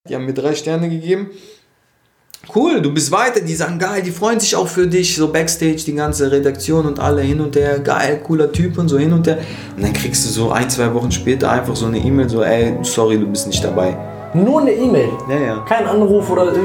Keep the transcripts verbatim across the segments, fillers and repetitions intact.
Die haben mir drei Sterne gegeben. Cool, du bist weiter, die sagen geil, die freuen sich auch für dich, so Backstage, die ganze Redaktion und alle hin und her, geil, cooler Typ und so hin und her. Und dann kriegst du so ein, zwei Wochen später einfach so eine E-Mail, so ey, sorry, du bist nicht dabei. Nur eine E-Mail? Ja, ja. Kein Anruf oder... oder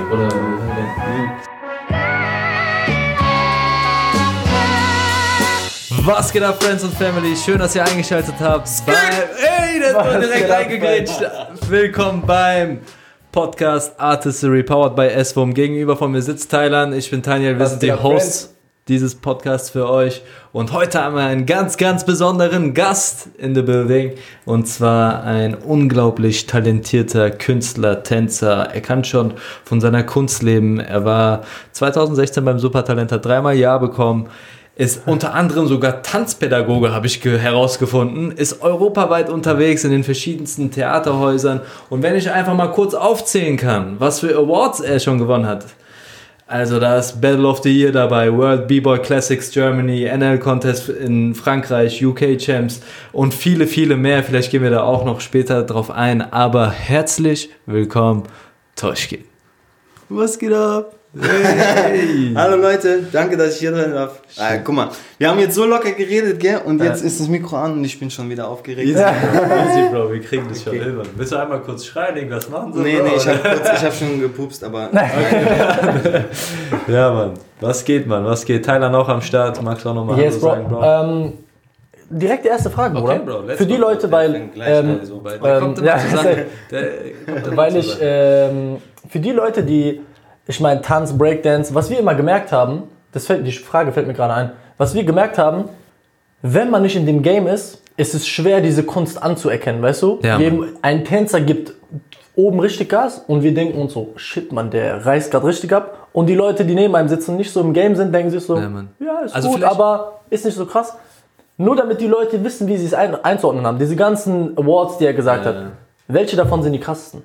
Was geht ab, Friends und Family? Schön, dass ihr eingeschaltet habt. Beim, ey, das war direkt reingegrätscht. Willkommen beim Podcast Artistry, powered by S W O M. Gegenüber von mir sitzt Thailand. Ich bin Daniel, wir sind die Hosts dieses Podcasts für euch. Und heute haben wir einen ganz, ganz besonderen Gast in the building. Und zwar ein unglaublich talentierter Künstler, Tänzer. Er kann schon von seiner Kunst leben. Er war zwanzig sechzehn beim Supertalent, hat dreimal Ja bekommen. Ist unter anderem sogar Tanzpädagoge, habe ich ge- herausgefunden, ist europaweit unterwegs in den verschiedensten Theaterhäusern. Und wenn ich einfach mal kurz aufzählen kann, was für Awards er schon gewonnen hat. Also da ist Battle of the Year dabei, World B-Boy Classics Germany, N L Contest in Frankreich, U K Champs und viele, viele mehr. Vielleicht gehen wir da auch noch später drauf ein. Aber herzlich willkommen, Toschkin. Was geht ab? Hey. Hallo Leute, danke, dass ich hier drin darf. Ah, guck mal, wir haben jetzt so locker geredet, gell? Und jetzt ja. ist das Mikro an und ich bin schon wieder aufgeregt. Easy, Easy Bro, wir kriegen das okay. schon hin. Willst du einmal kurz schreien, irgendwas machen? So, nee, Bro, nee, ich habe hab schon gepupst, aber... Okay. Ja, Mann. Was geht, Mann? Was geht? Tyler noch am Start. Magst du auch nochmal yes, Hallo sagen, Bro? Bro? Ähm, direkt die erste Frage, okay, Bro. Bro Für die go. Leute, weil... Ähm, so ähm, kommt ja, der, kommt weil ich... Ähm, für die Leute, die... Ich meine, Tanz, Breakdance, was wir immer gemerkt haben, das fällt, die Frage fällt mir gerade ein, was wir gemerkt haben, wenn man nicht in dem Game ist, ist es schwer, diese Kunst anzuerkennen, weißt du? Ja, wir, ein Tänzer gibt oben richtig Gas und wir denken uns so, shit, man, der reißt gerade richtig ab. Und die Leute, die neben einem sitzen und nicht so im Game sind, denken sich so, ja, ja ist also gut, aber ist nicht so krass. Nur damit die Leute wissen, wie sie es ein, einzuordnen haben. Diese ganzen Awards, die er gesagt ja. hat, welche davon sind die krassesten,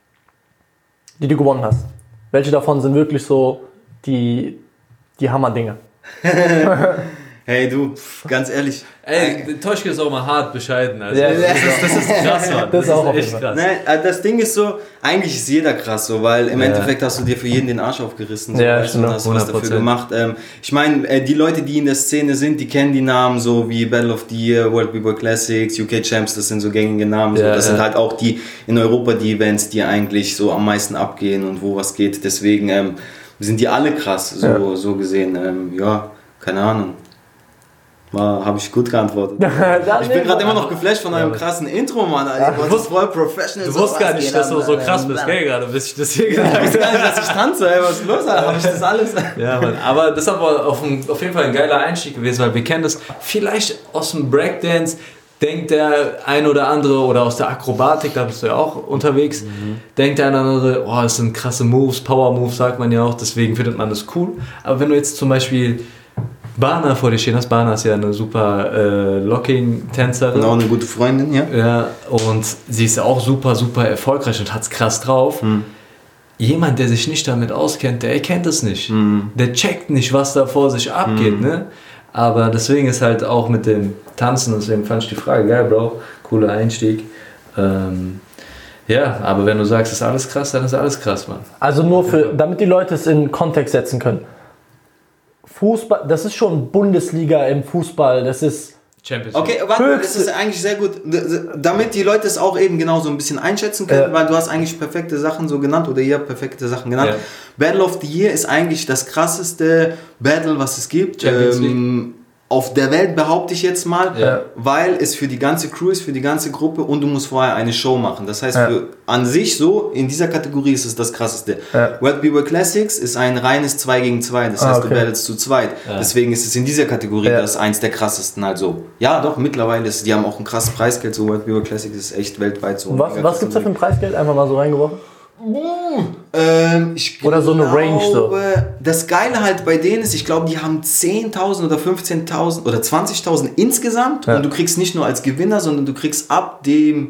die du gewonnen hast? Welche davon sind wirklich so die, die Hammer-Dinge? Hey du, ganz ehrlich. Ey, Toschke ist auch mal hart bescheiden. Also ja, das, ist, das ist krass, Mann. Das, das ist auch echt krass. Nein, das Ding ist so, eigentlich ist jeder krass so, weil im ja. Endeffekt hast du dir für jeden den Arsch aufgerissen. So, ja, weißt, und hast was dafür gemacht. Ähm, ich meine, die Leute, die in der Szene sind, die kennen die Namen so wie Battle of the Year, World B-Boy Classics, U K Champs, das sind so gängige Namen. So. Ja, das ja. sind halt auch die in Europa die Events, die eigentlich so am meisten abgehen und wo was geht. Deswegen ähm, sind die alle krass, so, ja. so gesehen. Ähm, ja, keine Ahnung. Habe ich gut geantwortet. Ich bin gerade immer noch geflasht von einem krassen Intro, Mann. Alter. Du wusstest voll professional. Du wusstest gar nicht, dass du so krass bist, gell, gerade, bis ich das hier gesagt habe. Ich wusste gar nicht, dass ich tanze, ey, was ist los, Alter? Habe ich das alles? Ja, Mann. Aber das ist aber auf, ein, auf jeden Fall ein geiler Einstieg gewesen, weil wir kennen das vielleicht aus dem Breakdance, denkt der ein oder andere, oder aus der Akrobatik, da bist du ja auch unterwegs, mhm. denkt der eine oder andere, oh, das sind krasse Moves, Power Moves, sagt man ja auch, deswegen findet man das cool. Aber wenn du jetzt zum Beispiel Bana vor dir stehen hast, Bana ist ja eine super äh, Locking-Tänzerin. Genau, eine gute Freundin, ja. Ja, und sie ist auch super, super erfolgreich und hat's krass drauf. Hm. Jemand, der sich nicht damit auskennt, der erkennt es nicht. Hm. Der checkt nicht, was da vor sich abgeht, hm. ne? Aber deswegen ist halt auch mit dem Tanzen, deswegen fand ich die Frage geil, Bro. Cooler Einstieg. Ähm, ja, aber wenn du sagst, ist alles krass, dann ist alles krass, Mann. Also nur für, damit die Leute es in Kontext setzen können. Fußball, das ist schon Bundesliga im Fußball, das ist Champions League. Okay, warte, das ist eigentlich sehr gut, damit die Leute es auch eben genau so ein bisschen einschätzen können, ja. weil du hast eigentlich perfekte Sachen so genannt oder ihr habt perfekte Sachen genannt. Ja. Battle of the Year ist eigentlich das krasseste Battle, was es gibt. Champions League. Ähm, auf der Welt, behaupte ich jetzt mal, ja. weil es für die ganze Crew ist, für die ganze Gruppe und du musst vorher eine Show machen. Das heißt, ja. für, an sich so, in dieser Kategorie ist es das Krasseste. Ja. World B-Boy Classics ist ein reines zwei gegen zwei, das heißt, ah, okay. du battlest zu zweit. Ja. Deswegen ist es in dieser Kategorie ja. das eins der krassesten halt so. Ja, doch, mittlerweile ist, die haben auch ein krasses Preisgeld, so World B-Boy Classics ist echt weltweit so. Und was, was gibt es da für ein Preisgeld? Einfach mal so reingeworfen? Uh, ähm, ich oder so eine Range so. Das Geile halt bei denen ist, ich glaube, die haben zehntausend oder fünfzehntausend oder zwanzigtausend insgesamt ja. und du kriegst nicht nur als Gewinner, sondern du kriegst ab dem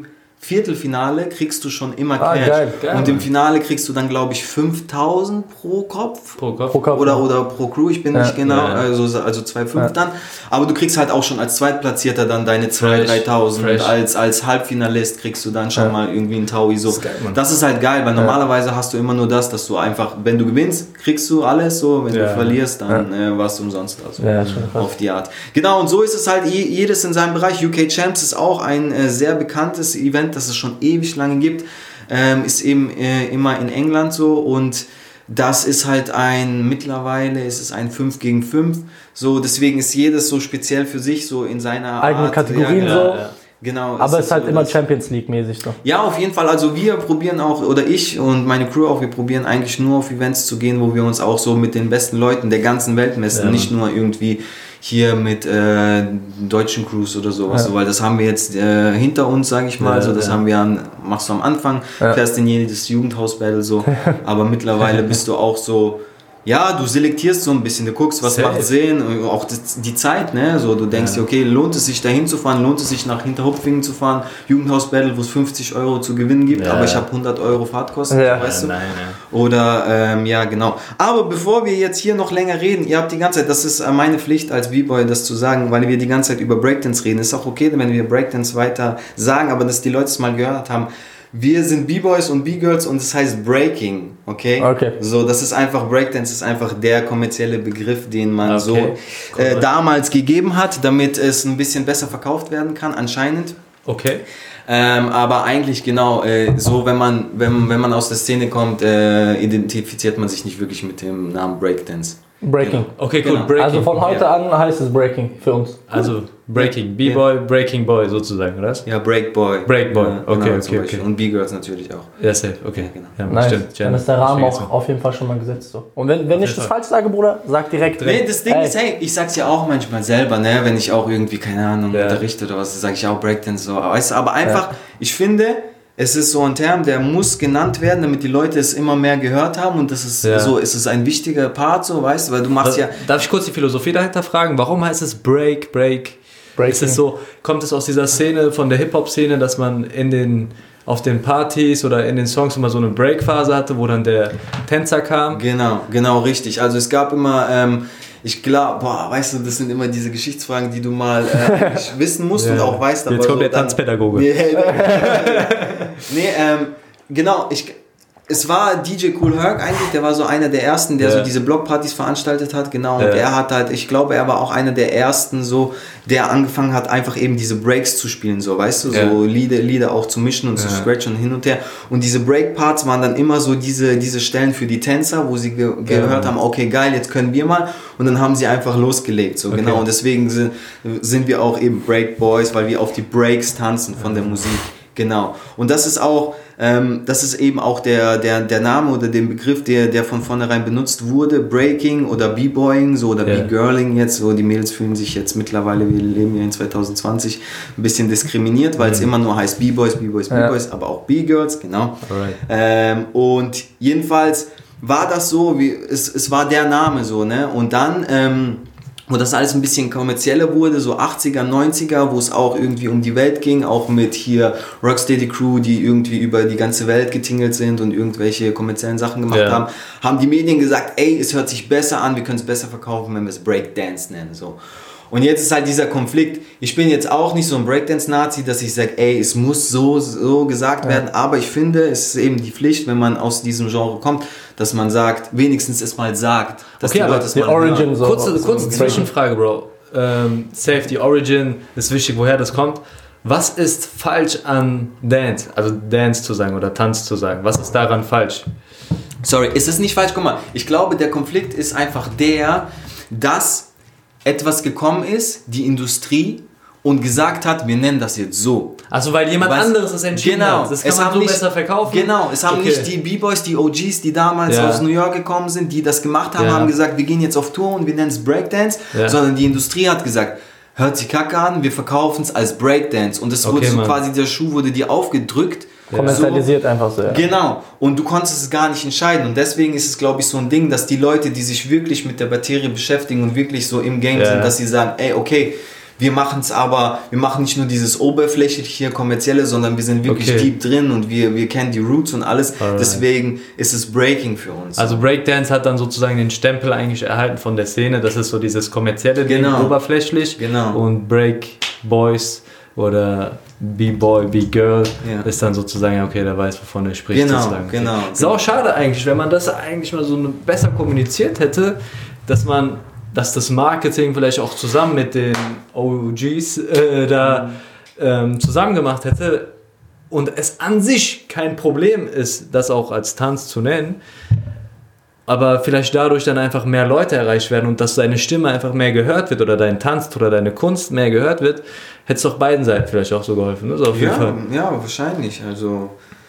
Viertelfinale kriegst du schon immer Cash. Ah, geil, geil, und im Finale kriegst du dann, glaube ich, fünftausend pro Kopf. Pro Kopf. Pro Kopf. Oder, oder pro Crew, ich bin ja. nicht genau, ja. also, also zwei Komma fünf ja. dann. Aber du kriegst halt auch schon als Zweitplatzierter dann deine zweitausend, dreitausend. Und als, als Halbfinalist kriegst du dann schon ja. mal irgendwie einen Taui. So. Das ist geil, Mann. Das ist halt geil, weil ja. normalerweise hast du immer nur das, dass du einfach, wenn du gewinnst, kriegst du alles so, wenn ja. du verlierst, dann ja. äh, warst du umsonst. Also ja, auf die Art. Genau, und so ist es halt jedes in seinem Bereich. U K Champs ist auch ein äh, sehr bekanntes Event, das es schon ewig lange gibt, ähm, ist eben äh, immer in England so und das ist halt ein, mittlerweile ist es ein fünf gegen fünf, so deswegen ist jedes so speziell für sich so in seiner eigene Art, Kategorien ja, so. Ja. Genau, aber es ist halt so, immer Champions League mäßig so. Ja, auf jeden Fall. Also wir probieren auch, oder ich und meine Crew auch, wir probieren eigentlich nur auf Events zu gehen, wo wir uns auch so mit den besten Leuten der ganzen Welt messen. Ja. Nicht nur irgendwie hier mit äh, deutschen Crews oder sowas, ja. so, weil das haben wir jetzt äh, hinter uns, sage ich mal. Ja, also das ja. haben wir an, machst du am Anfang, ja. fährst in jedes Jugendhaus-Battle so. Aber mittlerweile bist du auch so. Ja, du selektierst so ein bisschen, du guckst, was Safe. macht Sinn, auch die Zeit, ne? So, du denkst dir, ja. okay, lohnt es sich da hinzufahren, lohnt es sich nach Hinterhupfingen zu fahren, Jugendhaus-Battle, wo es fünfzig Euro zu gewinnen gibt, ja. aber ich habe hundert Euro Fahrtkosten, ja. weißt du? Nein, nein. Oder, ähm, ja, genau. Aber bevor wir jetzt hier noch länger reden, ihr habt die ganze Zeit, das ist meine Pflicht als B-Boy, das zu sagen, weil wir die ganze Zeit über Breakdance reden. Ist auch okay, wenn wir Breakdance weiter sagen, aber dass die Leute es mal gehört haben. Wir sind B-Boys und B-Girls und das heißt Breaking, okay? Okay. So, das ist einfach, Breakdance ist einfach der kommerzielle Begriff, den man okay. so äh, damals gegeben hat, damit es ein bisschen besser verkauft werden kann, anscheinend. Okay. Ähm, aber eigentlich genau, äh, so wenn man, wenn, wenn man aus der Szene kommt, äh, identifiziert man sich nicht wirklich mit dem Namen Breakdance. Breaking. Genau. Okay, cool. Genau. Breaking. Also von heute ja. an heißt es Breaking für uns. Also Breaking, B-Boy, Breaking Boy sozusagen, oder? Ja, Breakboy. Breakboy, ja, okay, genau, okay, okay. Und B-Girls natürlich auch. Ja, safe, okay. Ja, genau. Ja, nice. Stimmt. Dann ist der Rahmen auch auf jeden Fall schon mal gesetzt. So. Und wenn, wenn ich das falsch sage, Bruder, sag direkt. Nee, das Ding hey. ist, hey, ich sag's ja auch manchmal selber, ne, wenn ich auch irgendwie, keine Ahnung, ja. unterrichte oder was, sag ich auch Breakdance so. Weißt du, aber einfach, ja. ich finde, es ist so ein Term, der muss genannt werden, damit die Leute es immer mehr gehört haben und das ist ja. so, es ist ein wichtiger Part, so, weißt du, weil du machst das, ja... Darf ich kurz die Philosophie dahinter fragen? Warum heißt es Break, Break? Breaking. Ist es so, kommt es aus dieser Szene, von der Hip-Hop-Szene, dass man in den, auf den Partys oder in den Songs immer so eine Break-Phase hatte, wo dann der Tänzer kam? Genau, genau, richtig. Also es gab immer... Ähm, Ich glaube, boah, weißt du, das sind immer diese Geschichtsfragen, die du mal äh, wissen musst ja. und auch weißt. Jetzt aber kommt so der Tanzpädagoge. Nee, nee ähm, genau, ich, es war D J Kool Herc eigentlich, der war so einer der ersten, der ja. so diese Blockpartys veranstaltet hat, genau, und ja. er hat halt, ich glaube, er war auch einer der ersten so, der angefangen hat, einfach eben diese Breaks zu spielen, so, weißt du, ja. so Lieder, Lieder auch zu mischen und ja. zu scratchen und hin und her, und diese Break-Parts waren dann immer so diese, diese Stellen für die Tänzer, wo sie ge- gehört ja. haben, okay, geil, jetzt können wir mal, und dann haben sie einfach losgelegt, so, okay. genau, und deswegen sind, sind wir auch eben Break Boys, weil wir auf die Breaks tanzen von der Musik. Genau. Und das ist auch, ähm, das ist eben auch der, der, der Name oder der Begriff, der, der von vornherein benutzt wurde. Breaking oder B-Boying, so, oder yeah. B-Girling jetzt, so, die Mädels fühlen sich jetzt mittlerweile, wir leben ja in zwanzig zwanzig, ein bisschen diskriminiert, weil es mhm. immer nur heißt B-Boys, B-Boys, B-Boys, ja. aber auch B-Girls, genau. Ähm, und jedenfalls war das so, wie, es, es war der Name so, ne, und dann, ähm, wo das alles ein bisschen kommerzieller wurde, so achtziger, neunziger, wo es auch irgendwie um die Welt ging, auch mit hier Rocksteady Crew, die irgendwie über die ganze Welt getingelt sind und irgendwelche kommerziellen Sachen gemacht ja. haben, haben die Medien gesagt, ey, es hört sich besser an, wir können es besser verkaufen, wenn wir es Breakdance nennen, so. Und jetzt ist halt dieser Konflikt, ich bin jetzt auch nicht so ein Breakdance-Nazi, dass ich sage, ey, es muss so, so gesagt ja. werden, aber ich finde, es ist eben die Pflicht, wenn man aus diesem Genre kommt, dass man sagt, wenigstens es mal sagt, dass okay, die Leute es mal Origin hören. So kurze kurze so Zwischenfrage, Bro. Ähm, Safety Origin ist wichtig, woher das kommt. Was ist falsch an Dance? Also Dance zu sagen oder Tanz zu sagen. Was ist daran falsch? Sorry, ist es nicht falsch? Guck mal, ich glaube, der Konflikt ist einfach der, dass etwas gekommen ist, die Industrie, und gesagt hat, wir nennen das jetzt so. Also weil jemand Weißt, anderes es entschieden genau, hat. Das kann es man haben so nicht, besser verkaufen. Genau, es haben okay. nicht die B-Boys, die O Gs, die damals ja. aus New York gekommen sind, die das gemacht haben, ja. haben gesagt, wir gehen jetzt auf Tour und wir nennen es Breakdance, ja. sondern die Industrie hat gesagt, hört sich kacke an, wir verkaufen es als Breakdance. Und es okay, wurde so Mann. quasi, der Schuh wurde dir aufgedrückt. Ja. Kommerzialisiert so, einfach so. Ja. Genau. Und du konntest es gar nicht entscheiden. Und deswegen ist es, glaube ich, so ein Ding, dass die Leute, die sich wirklich mit der Materie beschäftigen und wirklich so im Game ja. sind, dass sie sagen, ey, okay, Wir machen es aber, wir machen nicht nur dieses oberflächliche, kommerzielle, sondern wir sind wirklich okay. deep drin und wir, wir kennen die Roots und alles. Alright. Deswegen ist es Breaking für uns. Also Breakdance hat dann sozusagen den Stempel eigentlich erhalten von der Szene. Das ist so dieses kommerzielle genau. Ding, oberflächlich. Genau. Und Break Boys oder B-Boy, B-Girl ja. ist dann sozusagen, okay, der weiß, wovon er spricht. Genau, sozusagen. genau. Ist auch schade eigentlich, wenn man das eigentlich mal so besser kommuniziert hätte, dass man, dass das Marketing vielleicht auch zusammen mit den O Gs äh, da ähm, zusammen gemacht hätte und es an sich kein Problem ist, das auch als Tanz zu nennen, aber vielleicht dadurch dann einfach mehr Leute erreicht werden und dass deine Stimme einfach mehr gehört wird oder dein Tanz oder deine Kunst mehr gehört wird, hätte es doch beiden Seiten vielleicht auch so geholfen. Also auf jeden ja, Fall. Ja, wahrscheinlich. Also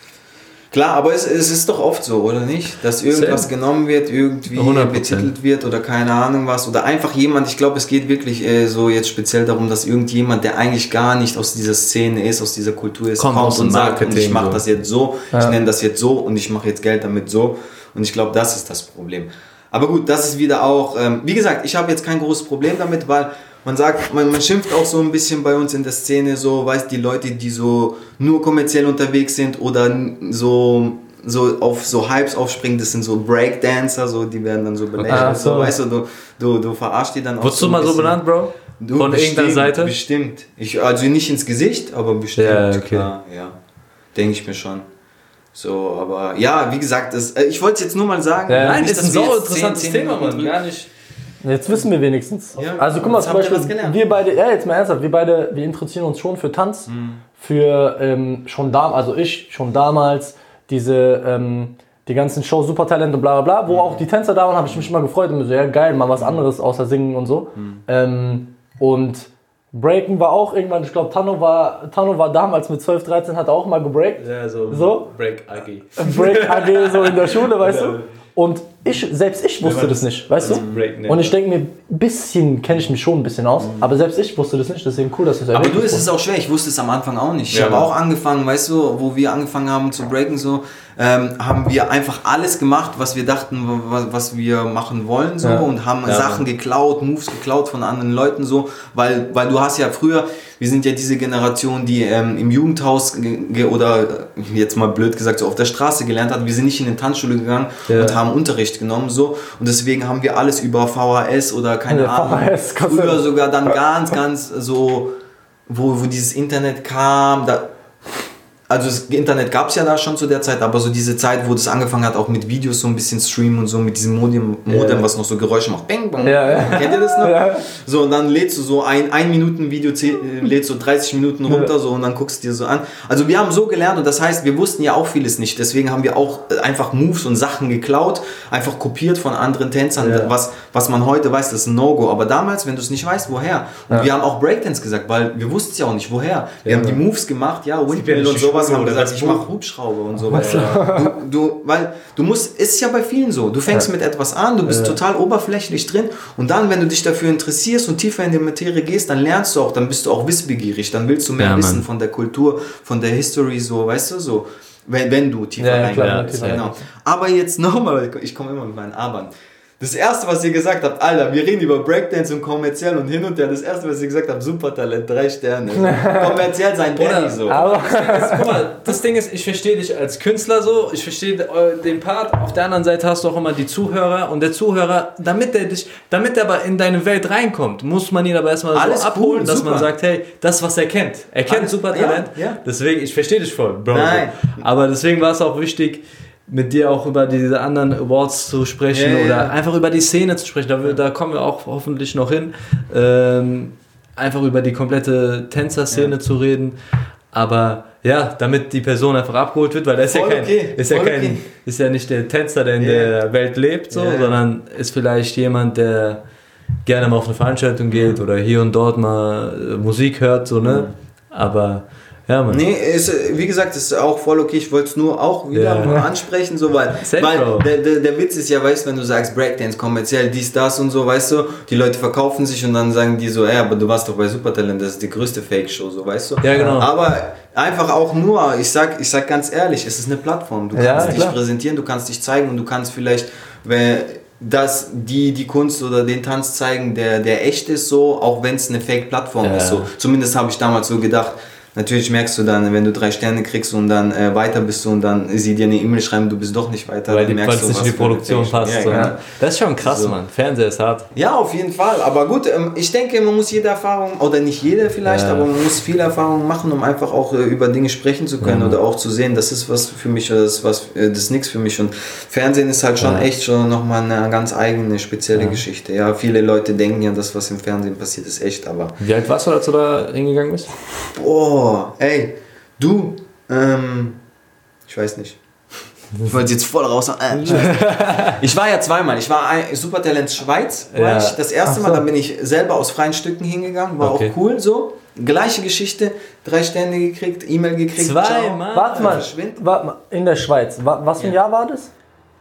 klar, aber es, es ist doch oft so, oder nicht? Dass irgendwas Same. genommen wird, irgendwie hundert Prozent betitelt wird oder keine Ahnung was. Oder einfach jemand, ich glaube, es geht wirklich äh, so jetzt speziell darum, dass irgendjemand, der eigentlich gar nicht aus dieser Szene ist, aus dieser Kultur ist, kommt, kommt und sagt, und ich mache so. das jetzt so, ja. ich nenne das jetzt so und ich mache jetzt Geld damit so. Und ich glaube, das ist das Problem. Aber gut, das ist wieder auch, ähm, wie gesagt, ich habe jetzt kein großes Problem damit, weil man sagt, man, man schimpft auch so ein bisschen bei uns in der Szene, so, weißt die Leute, die so nur kommerziell unterwegs sind oder so, so auf so Hypes aufspringen, das sind so Breakdancer, so, die werden dann so belächelt, ah, so. so, weißt du, du, du, du verarschst die dann auch. Wurdest so du mal so benannt, Bro? Du, Von bestimmt, irgendeiner Seite? Bestimmt. Ich, also nicht ins Gesicht, aber bestimmt, ja, okay. klar, ja. Denke ich mir schon. So, aber ja, wie gesagt, das, äh, ich wollte es jetzt nur mal sagen. Ja, nein, nicht, ist ein so interessantes zehn, zehn Thema, Mann. Gar nicht. Jetzt wissen wir wenigstens. Ja, also guck mal, zum Beispiel, wir beide, ja jetzt mal ernsthaft, wir beide, wir interessieren uns schon für Tanz, mhm. für ähm, schon damals, also ich schon damals, diese, ähm, die ganzen Shows, Supertalent und bla bla bla, wo mhm. auch die Tänzer da waren, habe ich mich immer gefreut und so, ja geil, mal was anderes außer Singen und so. Mhm. Ähm, und Breaken war auch irgendwann, ich glaube, Tano war, Tano war damals mit zwölf, dreizehn, hat er auch mal gebreakt. Ja, so, so. Break A G. Break A G so in der Schule, weißt du? Und ich, selbst ich wusste das nicht, weißt du? Und ich denke mir, ein bisschen kenne ich mich schon ein bisschen aus, mhm. aber selbst ich wusste das nicht, deswegen cool, dass du es erwähnt hast. Aber du, ist es auch schwer, ich wusste es am Anfang auch nicht. Ich ja, habe auch angefangen, weißt du, wo wir angefangen haben zu breaken, so, ähm, haben wir einfach alles gemacht, was wir dachten, was, was wir machen wollen, so, ja. und haben ja, Sachen Mann. geklaut, Moves geklaut von anderen Leuten, so, weil, weil du hast ja früher, wir sind ja diese Generation, die ähm, im Jugendhaus ge- oder jetzt mal blöd gesagt so auf der Straße gelernt hat. Wir sind nicht in eine Tanzschule gegangen ja. und haben Unterricht genommen so und deswegen haben wir alles über V H S oder keine ja, Ahnung. V H S, früher sogar dann ganz, ganz so, wo, wo dieses Internet kam, da also das Internet gab es ja da schon zu der Zeit, aber so diese Zeit, wo das angefangen hat, auch mit Videos so ein bisschen streamen und so, mit diesem Modem, Modem ja. was noch so Geräusche macht. Bang, bang. Ja, ja. Kennt ihr das noch? Ja. So, und dann lädst du so ein, ein Minuten Video, lädst so dreißig Minuten runter ja. so und dann guckst du dir so an. Also wir haben so gelernt und das heißt, wir wussten ja auch vieles nicht. Deswegen haben wir auch einfach Moves und Sachen geklaut, einfach kopiert von anderen Tänzern, ja. was, was man heute weiß, das ist ein No-Go. Aber damals, wenn du es nicht weißt, woher? Und ja. wir haben auch Breakdance gesagt, weil wir wussten es ja auch nicht, woher. Wir ja. haben die Moves gemacht, ja, Windmill und so. Was haben gesagt, ich mache Hubschrauber und so weiter. Du, du, weil du musst, ist ja bei vielen so. Du fängst ja. mit etwas an, du bist ja. total oberflächlich drin und dann, wenn du dich dafür interessierst und tiefer in die Materie gehst, dann lernst du auch, dann bist du auch wissbegierig, dann willst du mehr ja, wissen von der Kultur, von der History, so, weißt du, so. Wenn, wenn du tiefer ja, reingehst. Ja, genau. Aber jetzt nochmal, ich komme immer mit meinen Abern. Das erste, was ihr gesagt habt, Alter, wir reden über Breakdance und kommerziell und hin und her. Das erste, was ihr gesagt habt, Supertalent, drei Sterne. Kommerziell sein Daddy so. Aber guck mal, das Ding ist, ich verstehe dich als Künstler so, ich verstehe den Part. Auf der anderen Seite hast du auch immer die Zuhörer und der Zuhörer, damit der dich, damit er aber in deine Welt reinkommt, muss man ihn aber erstmal Alles so abholen, cool, dass super. man sagt, hey, das, was er kennt. Er kennt Alles, Supertalent. Ja, ja. Deswegen, ich verstehe dich voll, Bro. Nein. Aber deswegen war es auch wichtig, mit dir auch über diese anderen Awards zu sprechen yeah, oder yeah. einfach über die Szene zu sprechen, da, da kommen wir auch hoffentlich noch hin, ähm, einfach über die komplette Tänzerszene yeah. zu reden, aber ja, damit die Person einfach abgeholt wird, weil er ist ja kein, okay. ist ja kein, okay. ist ja nicht der Tänzer, der in yeah. der Welt lebt, so, yeah. sondern ist vielleicht jemand, der gerne mal auf eine Veranstaltung geht oder hier und dort mal Musik hört, so, ne, aber ja, Mann. Nee, ist, wie gesagt, ist auch voll okay. Ich wollte es nur auch wieder yeah. nur ansprechen, so, weil, weil der, der, der Witz ist ja, weißt du, wenn du sagst Breakdance, kommerziell, dies, das und so, weißt du, die Leute verkaufen sich und dann sagen die so, ey, aber du warst doch bei Supertalent, das ist die größte Fake-Show, so, weißt du. Ja, genau. Aber einfach auch nur, ich sag, ich sag ganz ehrlich, es ist eine Plattform. Du kannst ja, dich klar. präsentieren, du kannst dich zeigen und du kannst vielleicht, wenn dass die die Kunst oder den Tanz zeigen, der, der echt ist, so, auch wenn es eine Fake-Plattform ja. ist. So. Zumindest habe ich damals so gedacht. Natürlich merkst du dann, wenn du drei Sterne kriegst und dann äh, weiter bist du und dann sie dir eine E-Mail schreiben, du bist doch nicht weiter. Weil dann die merkst du, nicht in die Produktion passt. Ja, so. Genau. Das ist schon krass, so. Mann. Fernseher ist hart. Ja, auf jeden Fall. Aber gut, ähm, ich denke, man muss jede Erfahrung, oder nicht jede vielleicht, ja. aber man muss viele Erfahrungen machen, um einfach auch äh, über Dinge sprechen zu können mhm. oder auch zu sehen, das ist was für mich oder das ist, was, äh, das ist nichts für mich. Und Fernsehen ist halt schon ja. echt schon nochmal eine ganz eigene, spezielle ja. Geschichte. Ja, viele Leute denken ja, das, was im Fernsehen passiert, ist echt, aber... Wie alt warst du, als du da hingegangen bist? Boah, ey, du... Ähm, ich weiß nicht. Ich wollte jetzt voll raus. Äh, ich, ich war ja zweimal. Ich war ein Supertalent Schweiz. War ja. ich das erste Mal, so. Dann bin ich selber aus freien Stücken hingegangen. War okay. auch cool so. Gleiche Geschichte. Drei Sterne gekriegt, E-Mail gekriegt. Zweimal? Warte mal, warte mal, in der Schweiz. Was für ein ja. Jahr war das?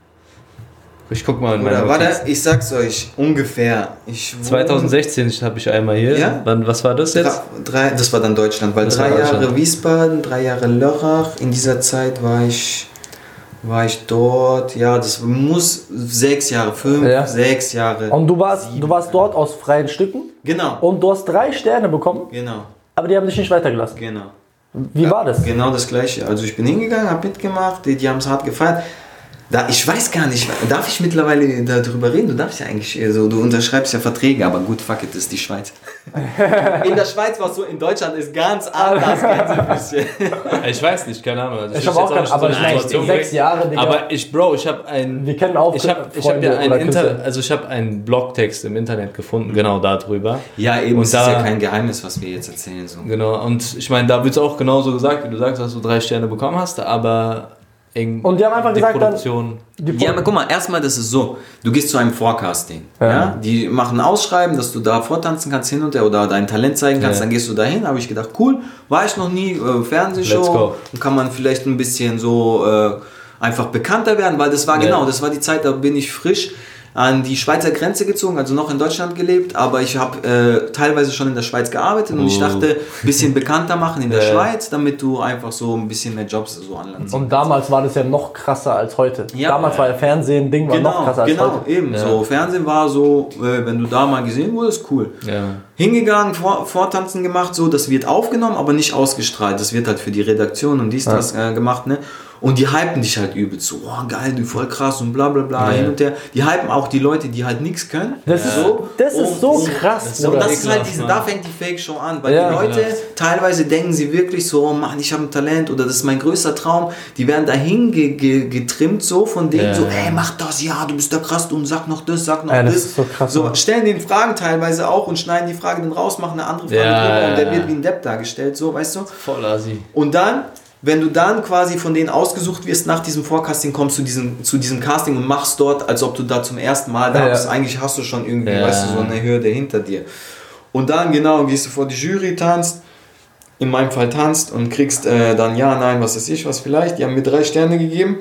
Ich guck mal in meine Oder warte, ich sag's euch, ungefähr. Ich zwanzig sechzehn habe ich einmal hier. Ja? Wann, was war das jetzt? Drei, das war dann Deutschland, weil das drei Jahre Wiesbaden, drei Jahre Lörrach. In dieser Zeit war ich, war ich dort. Ja, das muss sechs Jahre, fünf, ja. sechs Jahre. Und du warst, du warst dort aus freien Stücken? Genau. Und du hast drei Sterne bekommen? Genau. Aber die haben dich nicht weitergelassen? Genau. Wie ja, war das? Genau das Gleiche. Also ich bin hingegangen, habe mitgemacht, die, die haben es hart gefeiert. Da, ich weiß gar nicht, darf ich mittlerweile darüber reden? Du darfst ja eigentlich so, du unterschreibst ja Verträge, aber gut, fuck it, das ist die Schweiz. In der Schweiz war es so, in Deutschland ist ganz anders, ganz ein bisschen. Ich weiß nicht, keine Ahnung. Also ich habe auch keine aber so ich meine, sechs Jahre, Digga. Aber ich, Bro, ich habe ein... Wir kennen auch Ich habe ich hab ja einen Inter, also ich habe einen Blogtext im Internet gefunden, genau darüber. Ja, eben, es ist ja kein Geheimnis, was wir jetzt erzählen. So. Genau, und ich meine, da wird es auch genauso gesagt, wie du sagst, dass du drei Sterne bekommen hast, aber... Und die haben einfach die gesagt, Produktion. Dann, die ja, aber guck mal, erstmal, das ist so, du gehst zu einem Forecasting, ja. ja, die machen ein Ausschreiben, dass du da vortanzen kannst hin und her oder dein Talent zeigen kannst, ja. dann gehst du dahin, habe ich gedacht, cool, war ich noch nie, äh, Fernsehshow, dann kann man vielleicht ein bisschen so äh, einfach bekannter werden, weil das war ja. genau, das war die Zeit, da bin ich frisch an die Schweizer Grenze gezogen, also noch in Deutschland gelebt, aber ich habe äh, teilweise schon in der Schweiz gearbeitet uh. und ich dachte, ein bisschen bekannter machen in der ja. Schweiz, damit du einfach so ein bisschen mehr Jobs so anlernst. Und damals war das ja noch krasser als heute. Ja. Damals war ja Fernsehen, Ding war genau, noch krasser als genau, heute. Genau, eben. Ja. So, Fernsehen war so, äh, wenn du da mal gesehen wurdest, cool. Ja. Hingegangen, vor, Vortanzen gemacht, so, das wird aufgenommen, aber nicht ausgestrahlt. Das wird halt für die Redaktion und dies, ja. das äh, gemacht, ne? Und die hypen dich halt übelst so, oh geil, du voll krass und bla bla bla, ja. hin und her. Die hypen auch die Leute, die halt nichts können. Das ist so, das ist so und, krass. Und das ist halt diese, da fängt die Fake-Show an, weil ja, die Leute klar. teilweise denken sie wirklich so, oh Mann, ich habe ein Talent oder das ist mein größter Traum. Die werden dahin ge- ge- getrimmt so von denen, ja. so, ey, mach das, ja, du bist der krass und sag noch das, sag noch ja, das. das. Ist so krass. So, stellen den Fragen teilweise auch und schneiden die Frage dann raus, machen eine andere Frage ja, drüber ja, und der ja. wird wie ein Depp dargestellt, so, weißt du? Voll assi. Und dann wenn du dann quasi von denen ausgesucht wirst, nach diesem Forecasting kommst du diesem, zu diesem Casting und machst dort, als ob du da zum ersten Mal da bist. Ja. Eigentlich hast du schon irgendwie, ja. weißt du, so eine Hürde hinter dir. Und dann, genau, gehst du vor die Jury, tanzt, in meinem Fall tanzt und kriegst äh, dann ja, nein, was weiß ich, was vielleicht. Die haben mir drei Sterne gegeben.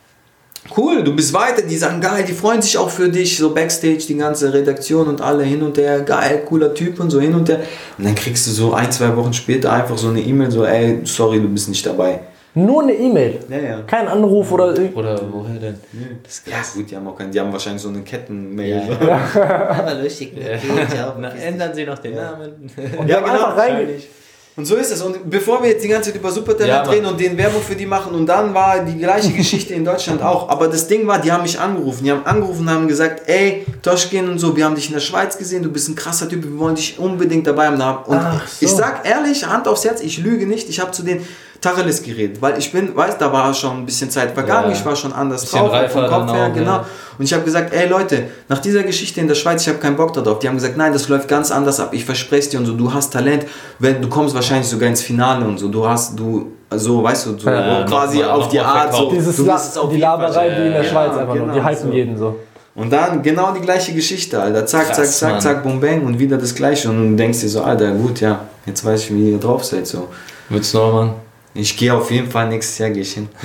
Cool, du bist weiter, die sagen geil, die freuen sich auch für dich, so Backstage, die ganze Redaktion und alle hin und her, geil, cooler Typ und so hin und her. Und dann kriegst du so ein, zwei Wochen später einfach so eine E-Mail, so ey, sorry, du bist nicht dabei. Nur eine E-Mail? Ja, ja. Kein Anruf oder... Oder woher denn? Das ist krass. Ja, gut, die haben, auch keinen, die haben wahrscheinlich so eine Ketten-Mail. Ja. Ja. Aber lustig, ja. Na, ändern sie noch den ja. Namen. Und ja, genau, einfach reingegangen. Und so ist es. Und bevor wir jetzt die ganze Zeit über Supertalent ja, reden und den Werbung für die machen und dann war die gleiche Geschichte in Deutschland auch. Aber das Ding war, die haben mich angerufen. Die haben angerufen und haben gesagt, ey, Toschkin und so, wir haben dich in der Schweiz gesehen, du bist ein krasser Typ, wir wollen dich unbedingt dabei haben. Und so. Ich sag ehrlich, Hand aufs Herz, ich lüge nicht, ich habe zu den Tacheles geredet, weil ich bin, weißt, da war schon ein bisschen Zeit vergangen, ja. ich war schon anders drauf, vom Kopf her, genau. Ja. Und ich habe gesagt, ey Leute, nach dieser Geschichte in der Schweiz, ich habe keinen Bock darauf. Die haben gesagt, nein, das läuft ganz anders ab, ich verspreche es dir und so, du hast Talent, wenn, du kommst wahrscheinlich sogar ins Finale und so, du hast, du, so, weißt du, so ja, quasi mal, auf die Art, so, dieses du La- die Laberei wie in der ja, Schweiz einfach genau, nur, die hypen so. jeden so. Und dann genau die gleiche Geschichte, Alter, zack, Krass, zack, zack, zack, bum, bang und wieder das Gleiche und du denkst dir so, Alter, gut, ja, jetzt weiß ich, wie ihr drauf seid, so. Willst du noch, Mann? Ich gehe auf jeden Fall nächstes Jahr, gehe ich hin.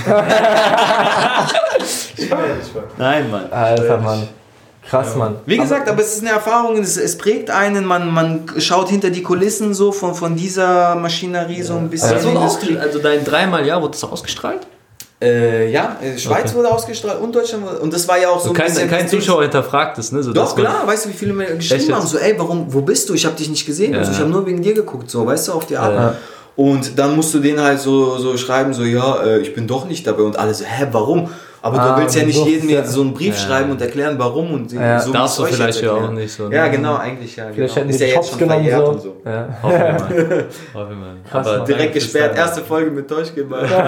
ich weiß, ich weiß. Nein, Mann. Alter, Mann. Krass, ja. Mann. Wie gesagt, aber, aber es ist eine Erfahrung, es, es prägt einen, man, man schaut hinter die Kulissen so von, von dieser Maschinerie ja. so ein bisschen. Also, also dein dreimal Jahr, wurde das ausgestrahlt? Äh, ja, Schweiz okay. wurde ausgestrahlt und Deutschland wurde, und das war ja auch so ein kein, bisschen... Kein Zuschauer hinterfragt es, ne? So, doch, klar, weißt du, wie viele mir geschrieben haben, so, ey, warum, wo bist du? Ich habe dich nicht gesehen, ja. also, ich habe nur wegen dir geguckt, so, weißt du, auf die Art. Ja. Und dann musst du denen halt so, so schreiben, so, ja, äh, ich bin doch nicht dabei, und alle so, hä, warum? Aber ah, du willst ja nicht jedem jetzt so einen Brief ja. schreiben und erklären, warum, und ja. so darfst du vielleicht ja auch nicht so. Ne? Ja, genau, eigentlich ja. Vielleicht genau. hätten die ja Shops genommen so. Und so. Ja. Hoffe mal. Hoffe mal. Aber direkt gesperrt, erste Folge mit Toschke.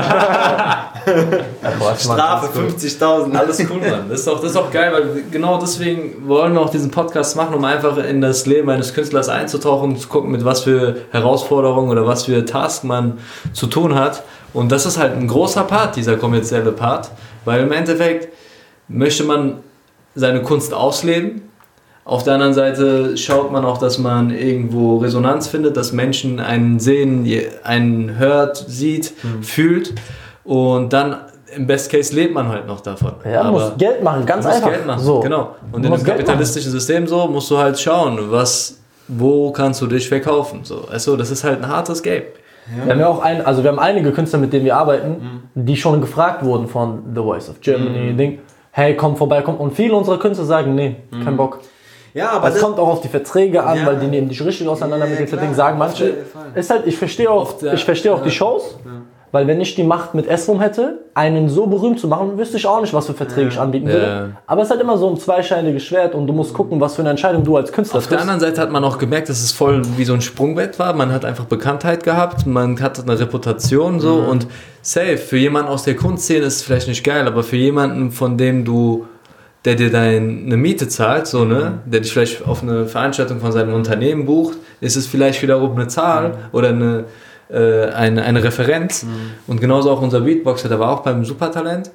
Strafe fünfzigtausend. Alles cool, Mann. Das ist, auch, das ist auch geil, weil genau deswegen wollen wir auch diesen Podcast machen, um einfach in das Leben eines Künstlers einzutauchen und zu gucken, mit was für Herausforderungen oder was für Tasks man zu tun hat. Und das ist halt ein großer Part, dieser kommerzielle Part, weil im Endeffekt möchte man seine Kunst ausleben. Auf der anderen Seite schaut man auch, dass man irgendwo Resonanz findet, dass Menschen einen sehen, einen hört, sieht, mhm. fühlt, und dann im Best Case lebt man halt noch davon. Ja, du musst Geld machen, ganz einfach. Geld machen. So. Genau. Und in einem kapitalistischen System so musst du halt schauen, was, wo kannst du dich verkaufen. So. Also das ist halt ein hartes Game. Ja. Wir haben ja auch ein, also wir haben einige Künstler, mit denen wir arbeiten, mhm. die schon gefragt wurden von The Voice of Germany, mhm. Ding, hey, komm vorbei, komm. Und viele unserer Künstler sagen, nee, mhm. kein Bock. Ja, aber es kommt auch auf die Verträge an, ja. weil die nehmen dich richtig auseinander ja, mit den Verträgen, sagen manche. Ist halt, ich verstehe auch, der, ich verstehe auch ja. die Shows, ja. weil wenn ich die Macht mit S-Rom hätte, einen so berühmt zu machen, wüsste ich auch nicht, was für Verträge ja. ich anbieten würde. Ja. Aber es ist halt immer so ein zweischneidiges Schwert, und du musst gucken, was für eine Entscheidung du als Künstler triffst. Auf der anderen Seite hat man auch gemerkt, dass es voll wie so ein Sprungbrett war. Man hat einfach Bekanntheit gehabt, man hat eine Reputation so mhm. und safe. Für jemanden aus der Kunstszene ist es vielleicht nicht geil, aber für jemanden, von dem du der dir deine Miete zahlt, so, ne, der dich vielleicht auf eine Veranstaltung von seinem Unternehmen bucht, ist es vielleicht wiederum eine Zahl mhm. oder eine, äh, eine, eine Referenz. Mhm. Und genauso auch unser Beatboxer, der war auch beim Supertalent.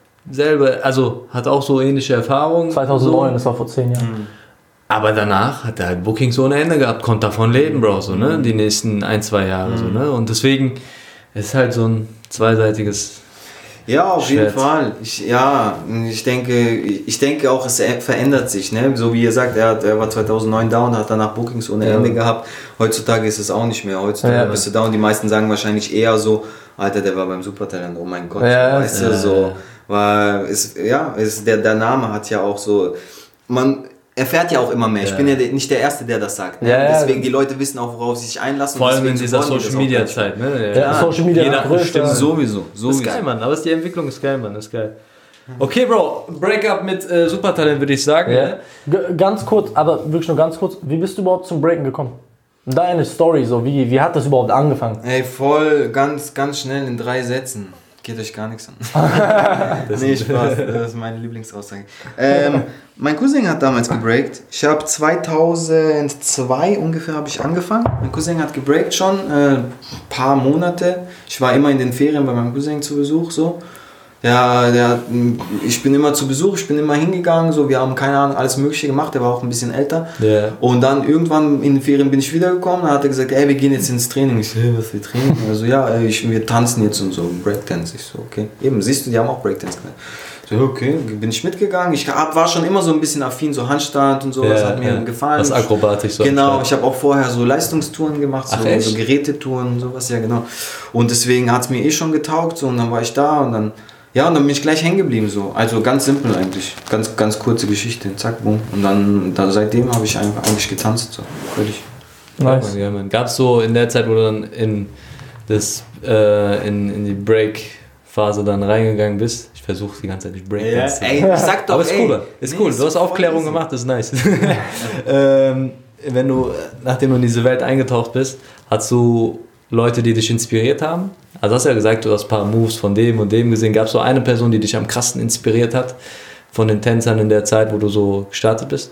Selbe, also hat auch so ähnliche Erfahrungen. zweitausendneun, so. Das war vor zehn Jahren. Mhm. Aber danach hat er halt Bookings ohne Ende gehabt, konnte davon leben, Bro, so, ne, die nächsten ein, zwei Jahre. Mhm. So, ne? Und deswegen ist halt so ein zweiseitiges... Ja, auf Schwert. jeden Fall. Ich, ja, ich denke, ich denke auch, es verändert sich. Ne? So wie ihr sagt, er, hat, er war zweitausendneun da und hat danach Bookings ohne ja. Ende gehabt. Heutzutage ist es auch nicht mehr. Heutzutage ja, bist du da, und die meisten sagen wahrscheinlich eher so, Alter, der war beim Supertalent, oh mein Gott. Ja, weißt ja, du, so. Ja. Weil es, ja, es, der, der Name hat ja auch so, man erfährt ja auch immer mehr. Ja. Ich bin ja nicht der Erste, der das sagt. Ne? Ja, deswegen, die Leute wissen auch, worauf sie sich einlassen. Vor allem in dieser Social-Media-Zeit. Ne? Ja, ja. Social Media Jeder bestimmt sowieso. Das ist geil, Mann. Aber die Entwicklung ist geil, Mann. Das ist geil. Okay, Bro. Breakup mit äh, Supertalent, würde ich sagen. Ja. Ne? G- ganz kurz, aber wirklich nur ganz kurz. Wie bist du überhaupt zum Breaken gekommen? Deine Story, so wie, wie hat das überhaupt angefangen? Ey, voll, ganz, ganz schnell in drei Sätzen. Geht euch gar nichts an. Nee, Spaß, das ist meine Lieblingsaussage. Ähm, mein Cousin hat damals gebreakt. Ich habe zweitausendzwei ungefähr habe ich angefangen. Mein Cousin hat gebreakt schon, ein äh, paar Monate. Ich war immer in den Ferien bei meinem Cousin zu Besuch, so. Ja, der, ich bin immer zu Besuch, ich bin immer hingegangen, so, wir haben keine Ahnung, alles Mögliche gemacht, der war auch ein bisschen älter. Yeah. Und dann irgendwann in den Ferien bin ich wiedergekommen, dann hat er gesagt, ey, wir gehen jetzt ins Training. Ich so, hey, was für Training? Also ja, ich, wir tanzen jetzt und so, Breakdance. Ich so, okay. Eben, siehst du, die haben auch Breakdance gemacht. So, okay, bin ich mitgegangen. Ich hab, war schon immer so ein bisschen affin, so Handstand und so, yeah, das hat mir yeah. gefallen. Was akrobatisch so. Genau, ich habe auch vorher so Leistungstouren gemacht, so, so Gerätetouren und sowas, ja genau. Und deswegen hat es mir eh schon getaugt, so, und dann war ich da und dann Ja, und dann bin ich gleich hängen geblieben so. Also ganz simpel eigentlich. Ganz, ganz kurze Geschichte. Zack, boom. Und dann, dann seitdem habe ich einfach eigentlich getanzt. So. Völlig. Nice. Ja, gab es so in der Zeit, wo du dann in, das, äh, in, in die Break-Phase dann reingegangen bist? Ich versuche die ganze Zeit nicht Breakdance. Ja, ey, ich sag doch, aber ist ey, cool. Ist nee, cool. Du hast Aufklärung gemacht, das ist nice. ähm, wenn du, nachdem du in diese Welt eingetaucht bist, hast du Leute, die dich inspiriert haben? Also hast du ja gesagt, du hast ein paar Moves von dem und dem gesehen. Gab es so eine Person, die dich am krassten inspiriert hat von den Tänzern in der Zeit, wo du so gestartet bist?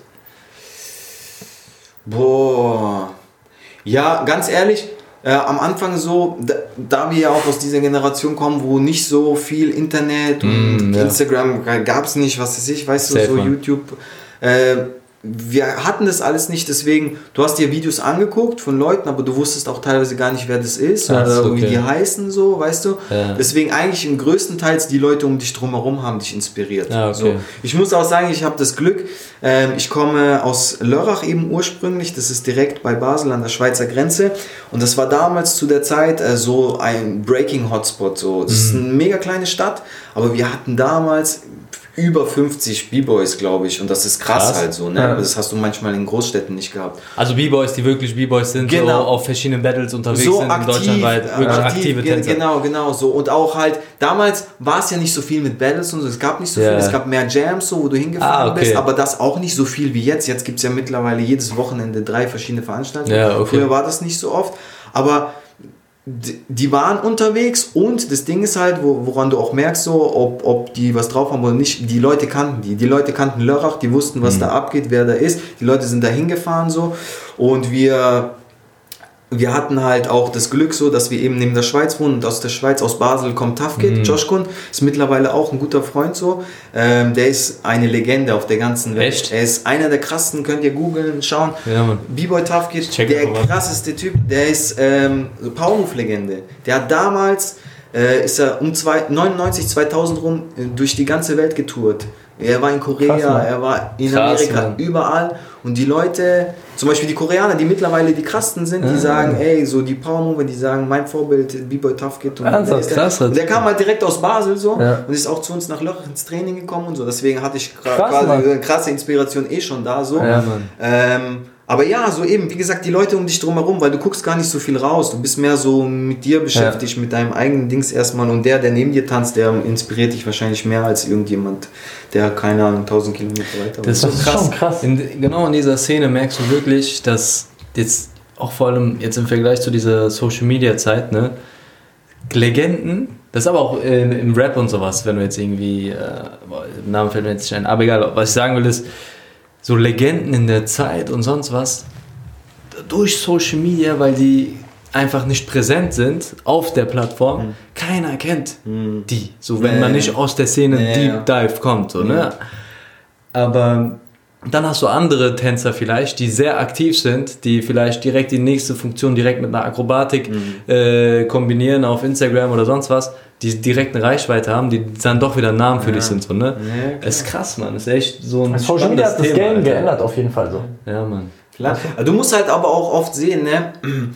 Boah. Ja, ganz ehrlich, äh, am Anfang so, da, da wir ja auch aus dieser Generation kommen, wo nicht so viel Internet und mm, ja. Instagram gab es nicht, was weiß ich, weißt Safe, du, so man. YouTube. Äh, wir hatten das alles nicht, deswegen, du hast dir Videos angeguckt von Leuten, aber du wusstest auch teilweise gar nicht, wer das ist ja, oder okay. wie die heißen, so, weißt du? Ja. Deswegen eigentlich im größten Teil die Leute um dich drumherum haben dich inspiriert. Ja, okay. So. Ich muss auch sagen, ich habe das Glück, ähm, ich komme aus Lörrach eben ursprünglich, das ist direkt bei Basel an der Schweizer Grenze und das war damals zu der Zeit äh, so ein Breaking-Hotspot, so. Das mhm. ist eine mega kleine Stadt, aber wir hatten damals über fünfzig B-Boys, glaube ich. Und das ist krass, krass. halt so. Ne? Ja. Das hast du manchmal in Großstädten nicht gehabt. Also B-Boys, die wirklich B-Boys sind, genau. so auf verschiedenen Battles unterwegs so sind aktiv, in Deutschlandweit. Wirklich aktiv, aktive Tänzer. Genau, genau so. Und auch halt, damals war es ja nicht so viel mit Battles und so. Es gab nicht so yeah. viel. Es gab mehr Jams, so, wo du hingefahren ah, okay. bist. Aber das auch nicht so viel wie jetzt. Jetzt gibt es ja mittlerweile jedes Wochenende drei verschiedene Veranstaltungen. Ja, okay. Früher war das nicht so oft. Aber die waren unterwegs und das Ding ist halt, woran du auch merkst, so, ob, ob die was drauf haben oder nicht, die Leute kannten die. Die Leute kannten Lörrach, die wussten, was mhm. da abgeht, wer da ist. Die Leute sind da hingefahren so und wir, wir hatten halt auch das Glück so, dass wir eben neben der Schweiz wohnen und aus der Schweiz, aus Basel kommt Tafkid, mhm. Joshkun, ist mittlerweile auch ein guter Freund so. Ähm, der ist eine Legende auf der ganzen Welt. Echt? Er ist einer der krassesten, könnt ihr googeln, schauen. Ja, B-Boy Tafkid, der krasseste Typ, der ist ähm, Powermove-Legende. Der hat damals, äh, ist er um neunundneunzig, zweitausend rum äh, durch die ganze Welt getourt. Er war in Korea, krass, er war in Krass, Amerika, Mann. Überall. Und die Leute, zum Beispiel die Koreaner, die mittlerweile die krassesten sind, die ah. sagen, ey, so die Power Mover, die sagen, mein Vorbild, B-Boy Tafkid. Und, und, krass, und der kam halt direkt aus Basel so ja. und ist auch zu uns nach Lörrach ins Training gekommen und so. Deswegen hatte ich quasi eine krasse Inspiration eh schon da so. Ja, Mann. Ähm, aber ja, so eben, wie gesagt, die Leute um dich drumherum, weil du guckst gar nicht so viel raus. Du bist mehr so mit dir beschäftigt, ja. mit deinem eigenen Dings erstmal. Und der, der neben dir tanzt, der inspiriert dich wahrscheinlich mehr als irgendjemand, der, keine Ahnung, tausend Kilometer weiter Das ist so krass. Schon krass. In, genau in dieser Szene merkst du wirklich, dass jetzt auch vor allem jetzt im Vergleich zu dieser Social-Media-Zeit, ne, Legenden, das ist aber auch im, im Rap und sowas, wenn du jetzt irgendwie, äh, im Namen fällt mir jetzt nicht ein, aber egal, was ich sagen will ist, so Legenden in der Zeit und sonst was, durch Social Media, weil die einfach nicht präsent sind auf der Plattform, mhm. keiner kennt mhm. die, so wenn nee. man nicht aus der Szene nee, Deep Dive ja. kommt, so, mhm. ne? Aber dann hast du andere Tänzer vielleicht, die sehr aktiv sind, die vielleicht direkt die nächste Funktion direkt mit einer Akrobatik mhm. äh, kombinieren auf Instagram oder sonst was, die direkt eine Reichweite haben, die dann doch wieder Namen für ja. dich sind. So, ne? Ja, das ist krass, Mann. Das ist echt so ein Social Media hat das Thema, Game Alter. geändert, auf jeden Fall so. Ja, Mann. Klar. Du musst halt aber auch oft sehen, ne?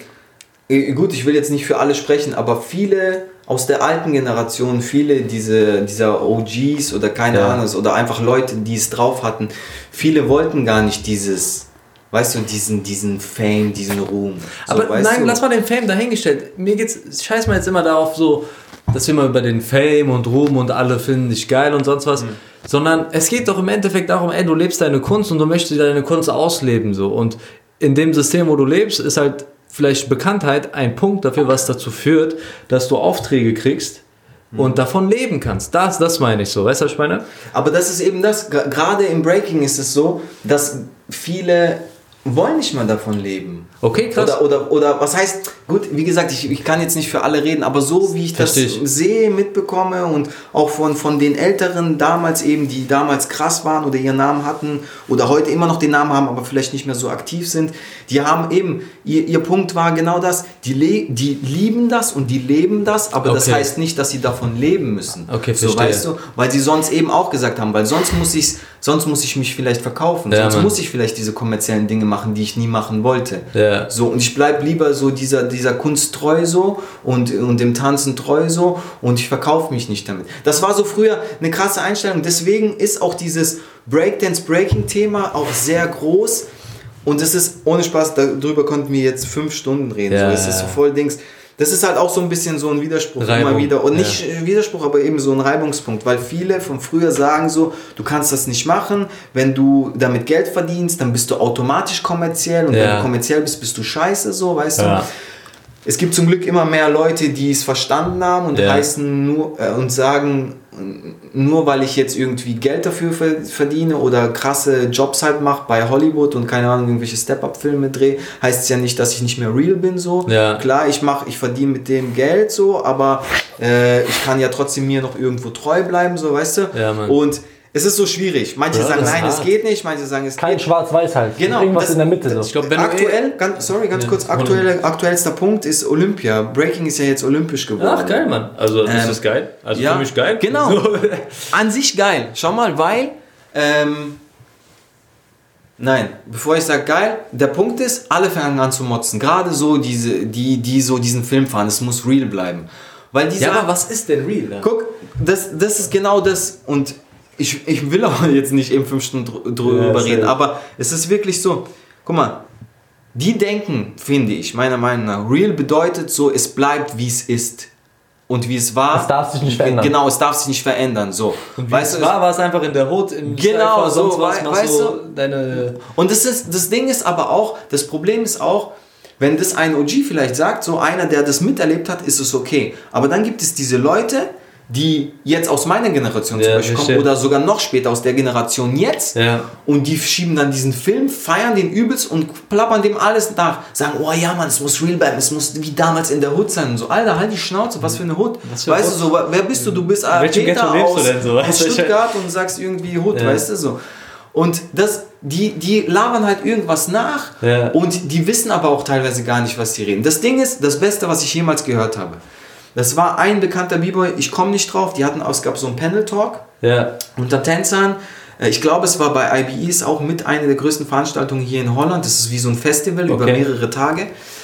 Gut, ich will jetzt nicht für alle sprechen, aber viele aus der alten Generation, viele diese, dieser O Gs oder keine ja. Ahnung, oder einfach Leute, die es drauf hatten, viele wollten gar nicht dieses, weißt du, diesen, diesen Fame, diesen Ruhm. So, aber nein, du? lass mal den Fame dahingestellt. Mir geht's, scheiß mal jetzt immer darauf so, dass wir mal über den Fame und Ruhm und alle finden dich geil und sonst was, mhm. sondern es geht doch im Endeffekt darum, ey, du lebst deine Kunst und du möchtest deine Kunst ausleben, so. Und in dem System, wo du lebst, ist halt vielleicht Bekanntheit ein Punkt dafür, was dazu führt, dass du Aufträge kriegst und mhm. davon leben kannst. Das, das meine ich so. Weißt du, was ich meine? Aber das ist eben das, gerade im Breaking ist es so, dass viele wollen nicht mal davon leben. Okay, krass. Oder, oder, oder was heißt, gut, wie gesagt, ich, ich kann jetzt nicht für alle reden, aber so wie ich Versteh das ich. sehe, mitbekomme und auch von, von den Älteren damals eben, die damals krass waren oder ihren Namen hatten oder heute immer noch den Namen haben, aber vielleicht nicht mehr so aktiv sind, die haben eben, ihr, ihr Punkt war genau das, die, le- die lieben das und die leben das, aber okay. das heißt nicht, dass sie davon leben müssen. Okay, so, verstehe. weißt du, weil sie sonst eben auch gesagt haben, weil sonst muss ich sonst muss ich mich vielleicht verkaufen, ja, sonst Mann. muss ich vielleicht diese kommerziellen Dinge machen, die ich nie machen wollte. Ja. So, und ich bleib lieber so dieser, dieser Kunst treu so und, und dem Tanzen treu so und ich verkaufe mich nicht damit. Das war so früher eine krasse Einstellung, deswegen ist auch dieses Breakdance-Breaking-Thema auch sehr groß und es ist, ohne Spaß, darüber konnten wir jetzt fünf Stunden reden, ja, so, es ist so voll Dings. Das ist halt auch so ein bisschen so ein Widerspruch Reibung. immer wieder. Und nicht ja. Widerspruch, aber eben so ein Reibungspunkt. Weil viele von früher sagen so, du kannst das nicht machen. Wenn du damit Geld verdienst, dann bist du automatisch kommerziell. Und ja. wenn du kommerziell bist, bist du scheiße, so, weißt ja. du. Es gibt zum Glück immer mehr Leute, die es verstanden haben und ja. heißen nur äh, und sagen, nur weil ich jetzt irgendwie Geld dafür verdiene oder krasse Jobs halt mache bei Hollywood und keine Ahnung, irgendwelche Step-Up-Filme drehe, heißt es ja nicht, dass ich nicht mehr real bin, so. Ja. Klar, ich mache, ich verdiene mit dem Geld, so, aber äh, ich kann ja trotzdem mir noch irgendwo treu bleiben, so, weißt du. Ja, Mann. Und es ist so schwierig. Manche ja, sagen, nein, es geht nicht. Manche sagen, es Kein geht Schwarz-Weiß halt. Genau. Irgendwas das, in der Mitte. So. Ich glaub, wenn aktuell, ganz, sorry, ganz ja, kurz, aktuell, aktuellster Punkt ist Olympia. Breaking ist ja jetzt olympisch geworden. Ach, geil, Mann. Also, das ähm, ist geil. Also, ja, für mich geil. Genau. So. An sich geil. Schau mal, weil, ähm, nein, bevor ich sage geil, der Punkt ist, alle fangen an zu motzen. Gerade so diese, die, die so diesen Film fahren. Es muss real bleiben. Weil diese, ja, aber was ist denn real? Ne? Guck, das, das ist genau das und Ich, ich will auch jetzt nicht eben fünf Stunden drüber ja, reden, aber es ist wirklich so, guck mal, die denken, finde ich, meiner Meinung nach, real bedeutet so, es bleibt wie es ist und wie es war. Es darf sich nicht verändern. Genau, es darf sich nicht verändern, so. Und wie weißt es du, war, war es einfach in der Hut, im genau, Cypher, so, was, we weißt so du? Deine und das, ist, das Ding ist aber auch, das Problem ist auch, wenn das ein O G vielleicht sagt, so einer, der das miterlebt hat, ist es okay. Aber dann gibt es diese Leute, die jetzt aus meiner Generation ja, zum Beispiel kommen oder sogar noch später aus der Generation jetzt ja. und die schieben dann diesen Film, feiern den übelst und plappern dem alles nach. Sagen, oh ja Mann, es muss real bleiben, es muss wie damals in der Hood sein und so. Alter, halt die Schnauze, was für eine Hood. Weißt Hood? du, so, wer bist du? Du bist äh, Peter aus, so? aus Stuttgart und sagst irgendwie Hood, ja. weißt du so. Und das, die, die labern halt irgendwas nach ja. und die wissen aber auch teilweise gar nicht, was sie reden. Das Ding ist, das Beste, was ich jemals gehört habe. Das war ein bekannter B-Boy, ich komme nicht drauf, die hatten, es gab so einen Panel-Talk ja. unter Tänzern. Ich glaube, es war bei I B E, ist auch mit einer der größten Veranstaltungen hier in Holland. Das ist wie so ein Festival okay. über mehrere Tage.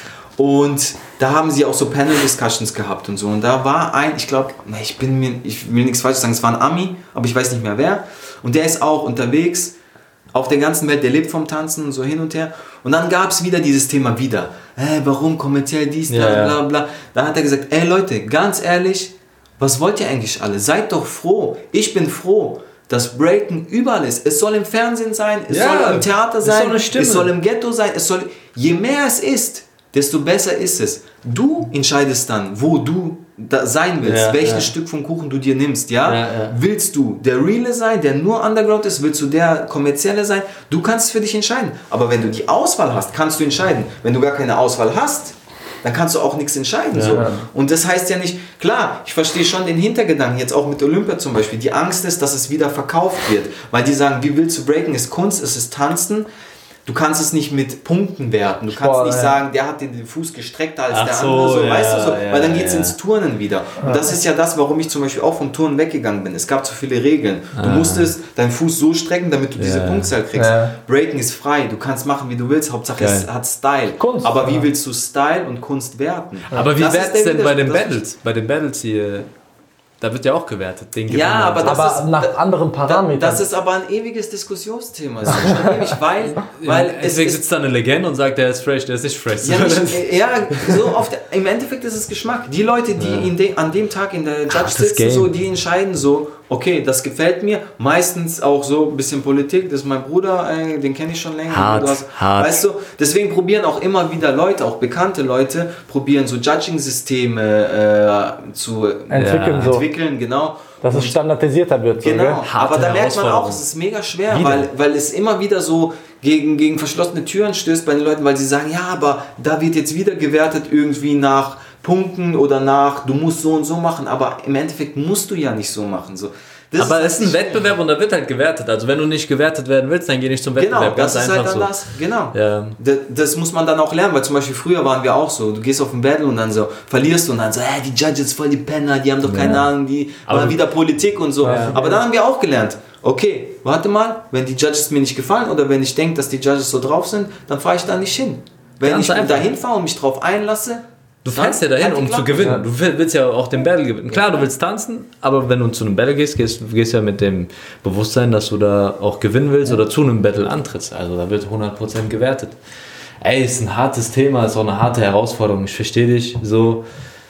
Und da haben sie auch so Panel-Discussions gehabt und so. Und da war ein, ich glaube, ich bin mir, ich will nichts Falsches sagen, es war ein Ami, aber ich weiß nicht mehr wer. Und der ist auch unterwegs auf der ganzen Welt, der lebt vom Tanzen und so hin und her. Und dann gab es wieder dieses Thema wieder. Hey, warum kommerziell dies, ja, da, bla bla. Dann hat er gesagt, ey Leute, ganz ehrlich, was wollt ihr eigentlich alle? Seid doch froh. Ich bin froh, dass Breaken überall ist. Es soll im Fernsehen sein, es ja, soll im Theater sein, es soll im Ghetto sein. Es soll, je mehr es ist, desto besser ist es. Du entscheidest dann, wo du da sein willst, ja, welches ja. Stück vom Kuchen du dir nimmst, ja? Ja, ja? Willst du der Reale sein, der nur Underground ist? Willst du der Kommerzielle sein? Du kannst es für dich entscheiden. Aber wenn du die Auswahl hast, kannst du entscheiden. Wenn du gar keine Auswahl hast, dann kannst du auch nichts entscheiden. Ja. So. Und das heißt ja nicht, klar, ich verstehe schon den Hintergedanken, jetzt auch mit Olympia zum Beispiel. Die Angst ist, dass es wieder verkauft wird. Weil die sagen, wie willst du breaken? Es ist Kunst, es ist Tanzen. Du kannst es nicht mit Punkten werten. Du kannst Boah, nicht ja. sagen, der hat den Fuß gestreckter als Ach der so, andere. So, ja, weißt du so? Ja, Weil dann geht es ja. ins Turnen wieder. Und das ist ja das, warum ich zum Beispiel auch vom Turnen weggegangen bin. Es gab zu viele Regeln. Du ah. musstest deinen Fuß so strecken, damit du ja. diese Punktzahl kriegst. Ja. Breaking ist frei. Du kannst machen, wie du willst. Hauptsache Geil. Es hat Style. Kunst, Aber wie ja. willst du Style und Kunst werten? Aber wie wertet es denn bei den Battles? Bei den Battles hier... Da wird ja auch gewertet. Den ja, aber, das aber ist, nach da, anderen Parametern. Das ist aber ein ewiges Diskussionsthema. Das ist schon ewig, weil, weil deswegen sitzt da eine Legende und sagt, der ist fresh, der ist nicht fresh. Ja, nicht, ja so auf der, im Endeffekt ist es Geschmack. Die Leute, die ja. in de, an dem Tag in der Judge Ach, sitzen, so, die entscheiden so, okay, das gefällt mir. Meistens auch so ein bisschen Politik. Das ist mein Bruder, äh, den kenne ich schon länger. Hart, du hast, hart. Weißt du, deswegen probieren auch immer wieder Leute, auch bekannte Leute, probieren so Judging-Systeme äh, zu entwickeln, ja. entwickeln, genau. Dass es standardisierter wird. So, genau, aber da merkt man auch, es ist mega schwer, weil, weil es immer wieder so gegen, gegen verschlossene Türen stößt bei den Leuten, weil sie sagen, ja, aber da wird jetzt wieder gewertet irgendwie nach Punkten oder nach, du musst so und so machen, aber im Endeffekt musst du ja nicht so machen. So. Das aber es ist ein Wettbewerb und da wird halt gewertet. Also wenn du nicht gewertet werden willst, dann geh nicht zum Wettbewerb. Genau, das Ganz ist halt einfach dann so. das. Genau. Ja. Das, das muss man dann auch lernen, weil zum Beispiel früher waren wir auch so, du gehst auf ein Battle und dann so, verlierst du und dann so, hey, die Judges voll die Penner, die haben doch keine ja. Ahnung, die machen wieder Politik und so. Ja. Aber dann haben wir auch gelernt, okay, warte mal, wenn die Judges mir nicht gefallen oder wenn ich denke, dass die Judges so drauf sind, dann fahre ich da nicht hin. Wenn Ganz ich einfach. dahin fahre und mich drauf einlasse, du fährst ja dahin, um zu gewinnen. Ja. Du willst ja auch den Battle gewinnen. Klar, du willst tanzen, aber wenn du zu einem Battle gehst, gehst du gehst ja mit dem Bewusstsein, dass du da auch gewinnen willst ja. oder zu einem Battle antrittst. Also da wird hundert Prozent gewertet. Ey, ist ein hartes Thema, ist auch eine harte Herausforderung. Ich verstehe dich so.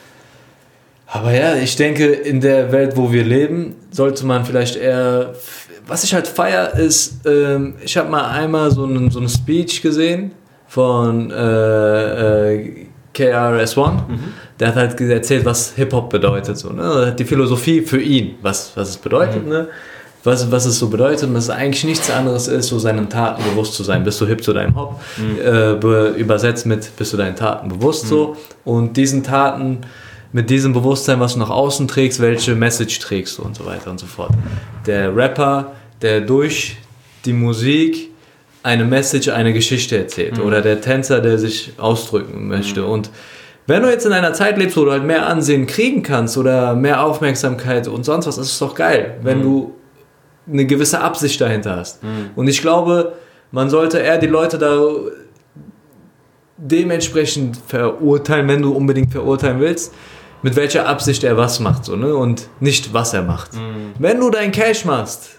Aber ja, ich denke, in der Welt, wo wir leben, sollte man vielleicht eher... Was ich halt feier, ist, ähm, ich habe mal einmal so einen, so eine Speech gesehen von... Äh, äh, K R S One, mhm. der hat halt erzählt, was Hip-Hop bedeutet. So, ne? Die Philosophie für ihn, was, was es bedeutet, mhm. ne? was, was es so bedeutet und dass es eigentlich nichts anderes ist, so seinen Taten bewusst zu sein. Bist du hip zu deinem Hop? Mhm. Äh, be, übersetzt mit, bist du deinen Taten bewusst mhm. so? Und diesen Taten, mit diesem Bewusstsein, was du nach außen trägst, welche Message trägst du und so weiter und so fort. Der Rapper, der durch die Musik eine Message, eine Geschichte erzählt. Mhm. Oder der Tänzer, der sich ausdrücken möchte. Mhm. Und wenn du jetzt in einer Zeit lebst, wo du halt mehr Ansehen kriegen kannst oder mehr Aufmerksamkeit und sonst was, ist es doch geil, wenn mhm. du eine gewisse Absicht dahinter hast. Mhm. Und ich glaube, man sollte eher die Leute da dementsprechend verurteilen, wenn du unbedingt verurteilen willst, mit welcher Absicht er was macht, so, ne? Und nicht, was er macht. Mhm. Wenn du dein Cash machst,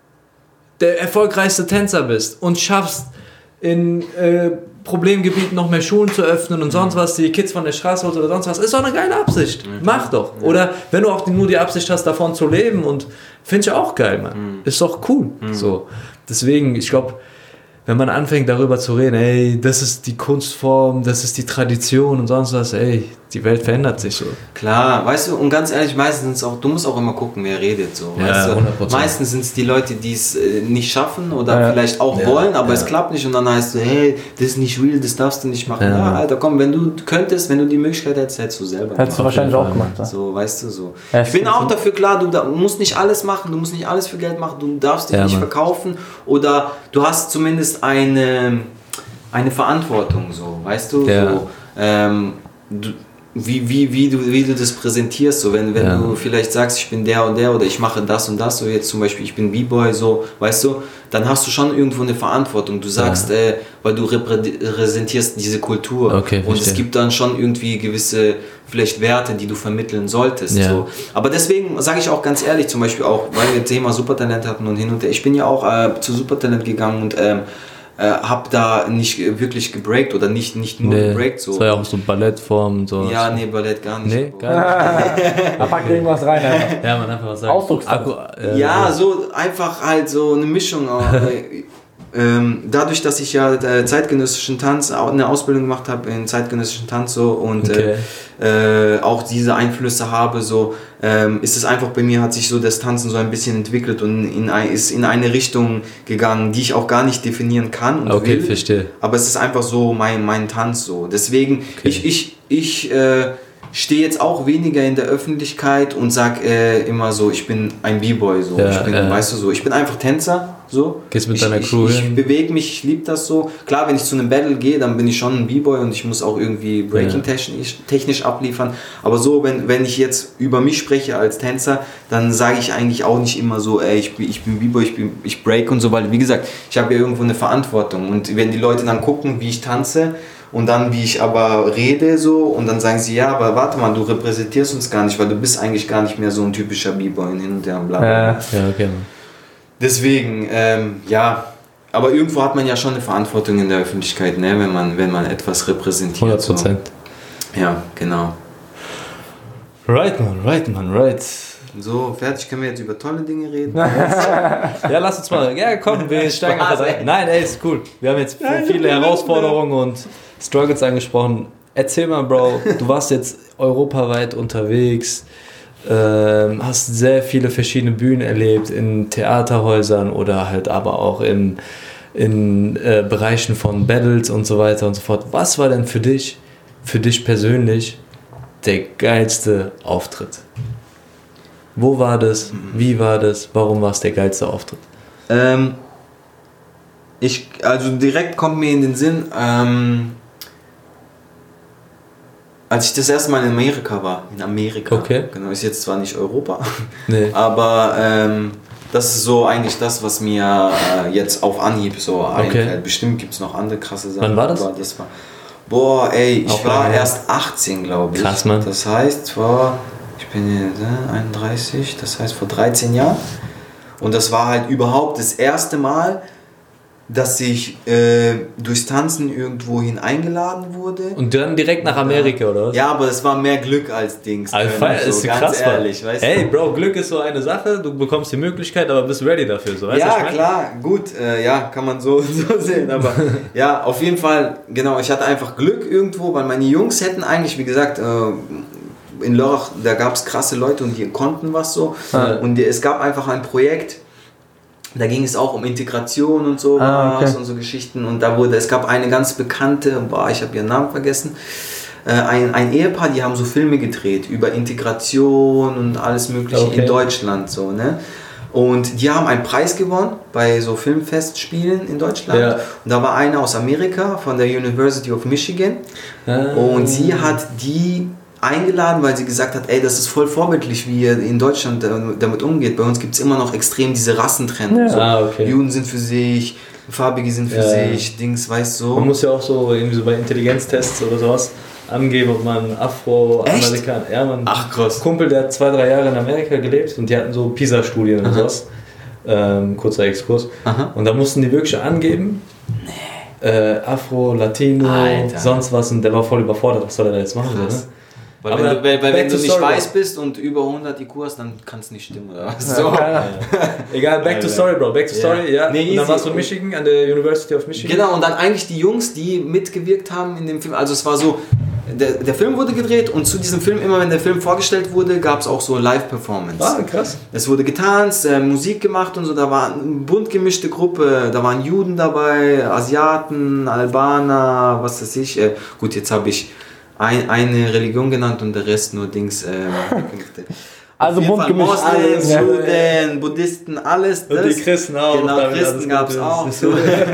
der erfolgreichste Tänzer bist und schaffst, in äh, Problemgebieten noch mehr Schulen zu öffnen und sonst was, die Kids von der Straße holst oder sonst was, ist doch eine geile Absicht. Mhm. Mach doch. Ja. Oder wenn du auch die, nur die Absicht hast, davon zu leben, und finde ich auch geil, Mann. Mhm. Ist doch cool. Mhm. So. Deswegen, ich glaube, wenn man anfängt darüber zu reden, ey, das ist die Kunstform, das ist die Tradition und sonst was, ey, die Welt verändert sich so. Klar, weißt du, und ganz ehrlich, meistens sind es auch, du musst auch immer gucken, wer redet so. Ja, weißt du? hundert Prozent. Meistens sind es die Leute, die es äh, nicht schaffen oder ja. vielleicht auch ja. wollen, aber ja. es klappt nicht, und dann heißt du, hey, das ist nicht real, das darfst du nicht machen. Ja, ja Alter, komm, wenn du könntest, wenn du die Möglichkeit hättest, hättest du selber Hättest du wahrscheinlich auch gemacht. Ja. So, weißt du, so. Ja, ich bin auch dafür klar, du da, musst nicht alles machen, du musst nicht alles für Geld machen, du darfst dich ja, nicht Mann. verkaufen, oder du hast zumindest eine, eine Verantwortung, so, weißt du, ja. so, ähm, du, Wie, wie, wie, du, wie du das präsentierst, so wenn, wenn ja. du vielleicht sagst, ich bin der und der oder ich mache das und das, so jetzt zum Beispiel, ich bin B-Boy, so, weißt du, dann hast du schon irgendwo eine Verantwortung. Du sagst, ja. äh, weil du repräsentierst diese Kultur, okay, und es gibt dann schon irgendwie gewisse vielleicht Werte, die du vermitteln solltest. Ja. So. Aber deswegen sage ich auch ganz ehrlich, zum Beispiel auch, weil wir das Thema Supertalent hatten und hin und her, ich bin ja auch äh, zu Supertalent gegangen und ähm, Äh, hab da nicht wirklich gebreakt oder nicht, nicht nur nee, gebreakt. So. Das war ja auch so Ballettform und so. Ja, nee, Ballett gar nicht. Nee, gar nicht. Da packt irgendwas rein. Einfach. Ja, man einfach was sagen. Ausdrucksform. Äh, ja, so einfach halt so eine Mischung. Auch, ähm, dadurch, dass ich ja äh, zeitgenössischen Tanz, eine Ausbildung gemacht habe in zeitgenössischen Tanz so, und okay. äh, äh, auch diese Einflüsse habe, so ähm, ist es einfach bei mir, hat sich so das Tanzen so ein bisschen entwickelt und in, ist in eine Richtung gegangen, die ich auch gar nicht definieren kann und okay, will. Verstehe. Aber es ist einfach so mein, mein Tanz so. Deswegen, okay. ich, ich, ich äh, stehe jetzt auch weniger in der Öffentlichkeit und sag äh, immer so, ich bin ein B-Boy, so. Ja, ich bin, ja. weißt du, so, ich bin einfach Tänzer, so. Gehst mit ich, deiner Crew Ich, ich hin? bewege mich, ich liebe das so. Klar, wenn ich zu einem Battle gehe, dann bin ich schon ein B-Boy und ich muss auch irgendwie Breaking-technisch technisch abliefern. Aber so, wenn, wenn ich jetzt über mich spreche als Tänzer, dann sage ich eigentlich auch nicht immer so, ey, ich bin, ich bin B-Boy, ich, bin, ich break und so, weil, wie gesagt, ich habe ja irgendwo eine Verantwortung. Und wenn die Leute dann gucken, wie ich tanze, und dann, wie ich aber rede, so, und dann sagen sie, ja, aber warte mal, du repräsentierst uns gar nicht, weil du bist eigentlich gar nicht mehr so ein typischer B-Boy hin und her, bla, bla, bla. Ja, okay. Deswegen, ähm, ja, aber irgendwo hat man ja schon eine Verantwortung in der Öffentlichkeit, ne, wenn man, wenn man etwas repräsentiert. hundert Prozent. So. Ja, genau. Right, man, right, man, right. So, fertig, können wir jetzt über tolle Dinge reden? Ja, lass uns mal, ja komm, wir steigen einfach rein. Nein, ey, ist cool. Wir haben jetzt viele Herausforderungen und Struggles angesprochen. Erzähl mal, Bro, du warst jetzt europaweit unterwegs, ähm, hast sehr viele verschiedene Bühnen erlebt, in Theaterhäusern oder halt aber auch in, in äh, Bereichen von Battles und so weiter und so fort. Was war denn für dich, für dich persönlich, der geilste Auftritt? Wo war das? Wie war das? Warum war es der geilste Auftritt? Ähm, ich, also direkt kommt mir in den Sinn, ähm, als ich das erste Mal in Amerika war. In Amerika. Okay. Genau, ist jetzt zwar nicht Europa, nee. aber ähm, das ist so eigentlich das, was mir äh, jetzt auf Anhieb so einfällt. Okay. Bestimmt gibt es noch andere krasse Sachen. Wann war das? Aber das war, boah, ey, ich Auch war lange. erst achtzehn, glaube ich. Krass, Mann. Das heißt, vor, ich bin äh, einunddreißig, das heißt vor dreizehn Jahren. Und das war halt überhaupt das erste Mal, dass ich äh, durchs Tanzen irgendwohin eingeladen wurde. Und dann direkt nach Amerika, oder was? Ja, aber das war mehr Glück als Dings. Also so, ist ganz krass, ehrlich, weißt du? Hey, Bro, Glück ist so eine Sache, du bekommst die Möglichkeit, aber bist ready dafür, so, weißt ja, du? Ja, klar, gut, äh, ja, kann man so, so sehen, aber ja, auf jeden Fall, genau, ich hatte einfach Glück irgendwo, weil meine Jungs hätten eigentlich, wie gesagt, äh, in Lörrach, da gab es krasse Leute und die konnten was so. Ah. Und es gab einfach ein Projekt, da ging es auch um Integration und so ah, okay. und so Geschichten. Und da wurde, es gab eine ganz bekannte, boah, ich habe ihren Namen vergessen, äh, ein, ein Ehepaar, die haben so Filme gedreht über Integration und alles mögliche okay. in Deutschland. So, ne? Und die haben einen Preis gewonnen bei so Filmfestspielen in Deutschland. Ja. Und da war einer aus Amerika von der University of Michigan. Ah. Und sie hat die eingeladen, weil sie gesagt hat, ey, das ist voll vorbildlich, wie ihr in Deutschland damit umgeht. Bei uns gibt es immer noch extrem diese Rassentrennung. Ja. So, ah, okay. Juden sind für sich, Farbige sind für ja. sich, Dings, weißt du. So. Man muss ja auch so, irgendwie so bei Intelligenztests oder sowas angeben, ob man Afroamerikaner... Ja, man, ach krass. Kumpel, der hat zwei, drei Jahre in Amerika gelebt und die hatten so PISA-Studien und sowas. Ähm, kurzer Exkurs. Aha. Und da mussten die wirklich angeben, nee. äh, Afro, Latino, Alter. Sonst was, und der war voll überfordert, was soll er da jetzt machen? Ne? Weil aber wenn du, weil, weil wenn du nicht story, weiß bist und über hundert I Q hast, dann kann es nicht stimmen, oder was? So. Ja, ja. Egal, back to story, Bro. Back to yeah. story, ja. Nee, und dann warst du in Michigan, an der University of Michigan. Genau, und dann eigentlich die Jungs, die mitgewirkt haben in dem Film. Also es war so, der, der Film wurde gedreht und zu diesem Film, immer wenn der Film vorgestellt wurde, gab es auch so Live-Performance. Ah, krass. Es wurde getanzt, äh, Musik gemacht und so. Da war eine bunt gemischte Gruppe. Da waren Juden dabei, Asiaten, Albaner, was weiß ich. Äh, gut, jetzt habe ich Ein, eine Religion genannt und der Rest nur Dings. Äh, also bunt gemischt. Moslems, Juden, Buddhisten, alles. Das. Und die Christen auch. Genau, Christen gab es auch. So.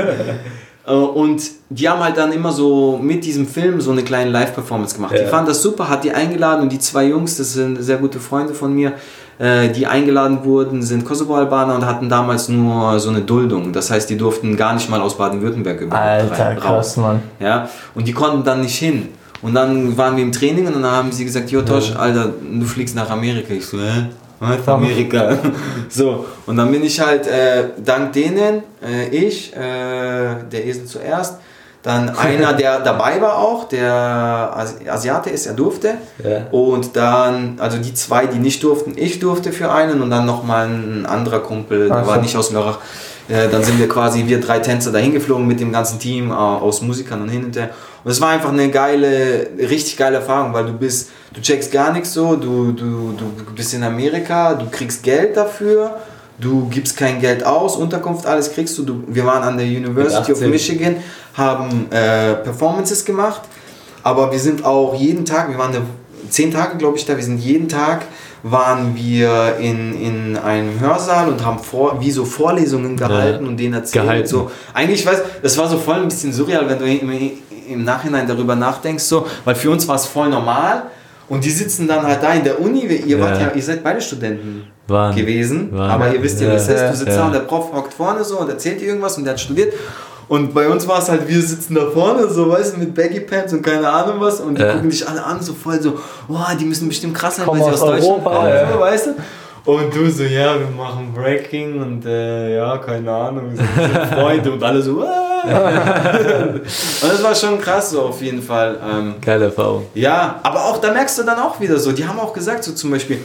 Und die haben halt dann immer so mit diesem Film so eine kleine Live-Performance gemacht. Ja. Die fanden das super, hat die eingeladen und die zwei Jungs, das sind sehr gute Freunde von mir, die eingeladen wurden, sind Kosovo-Albaner und hatten damals nur so eine Duldung. Das heißt, die durften gar nicht mal aus Baden-Württemberg überhaupt Alter, raus. Krass, Mann. Ja? Und die konnten dann nicht hin. Und dann waren wir im Training und dann haben sie gesagt, Jo Tosh, Alter, du fliegst nach Amerika. Ich so, hä? Was? Amerika? So, und dann bin ich halt, äh, dank denen, äh, ich, äh, der Esel zuerst, dann einer, der dabei war auch, der Asiate ist, er durfte. Ja. Und dann, also die zwei, die nicht durften, ich durfte für einen und dann nochmal ein anderer Kumpel, der Ach, war nicht aus Lörrach. Äh, dann sind wir quasi, wir drei Tänzer dahin geflogen mit dem ganzen Team, äh, aus Musikern und hin und her. Und es war einfach eine geile, richtig geile Erfahrung, weil du bist, du checkst gar nichts so, du, du, du bist in Amerika, du kriegst Geld dafür, du gibst kein Geld aus, Unterkunft, alles kriegst du. du wir waren an der University of Michigan, haben äh, Performances gemacht, aber wir sind auch jeden Tag, wir waren eine, zehn Tage glaube ich da, wir sind jeden Tag waren wir in, in einem Hörsaal und haben vor, wie so Vorlesungen gehalten ja, und denen erzählt. Gehalten. So, eigentlich, ich weiß, das war so voll ein bisschen surreal, wenn du im, im Nachhinein darüber nachdenkst, so, weil für uns war es voll normal und die sitzen dann halt da in der Uni, ihr, wart ja. Ja, ihr seid beide Studenten Waren. gewesen, Waren. aber ihr wisst ja, wie das ist, du sitzt ja. da und der Prof hockt vorne so und erzählt dir irgendwas und der hat studiert. Und bei uns war es halt, wir sitzen da vorne, so, weißt du, mit Baggy Pants und keine Ahnung was. Und die ja. gucken dich alle an, so voll so, boah, die müssen bestimmt krass sein, weil sie aus Deutschland kommen, ja. so, weißt du. Und du so, ja, wir machen Breaking und äh, ja, keine Ahnung, wir sind Freunde und alle so, und das war schon krass so auf jeden Fall. Ähm, Geile Erfahrung. Ja, aber auch, da merkst du dann auch wieder so, die haben auch gesagt, so zum Beispiel,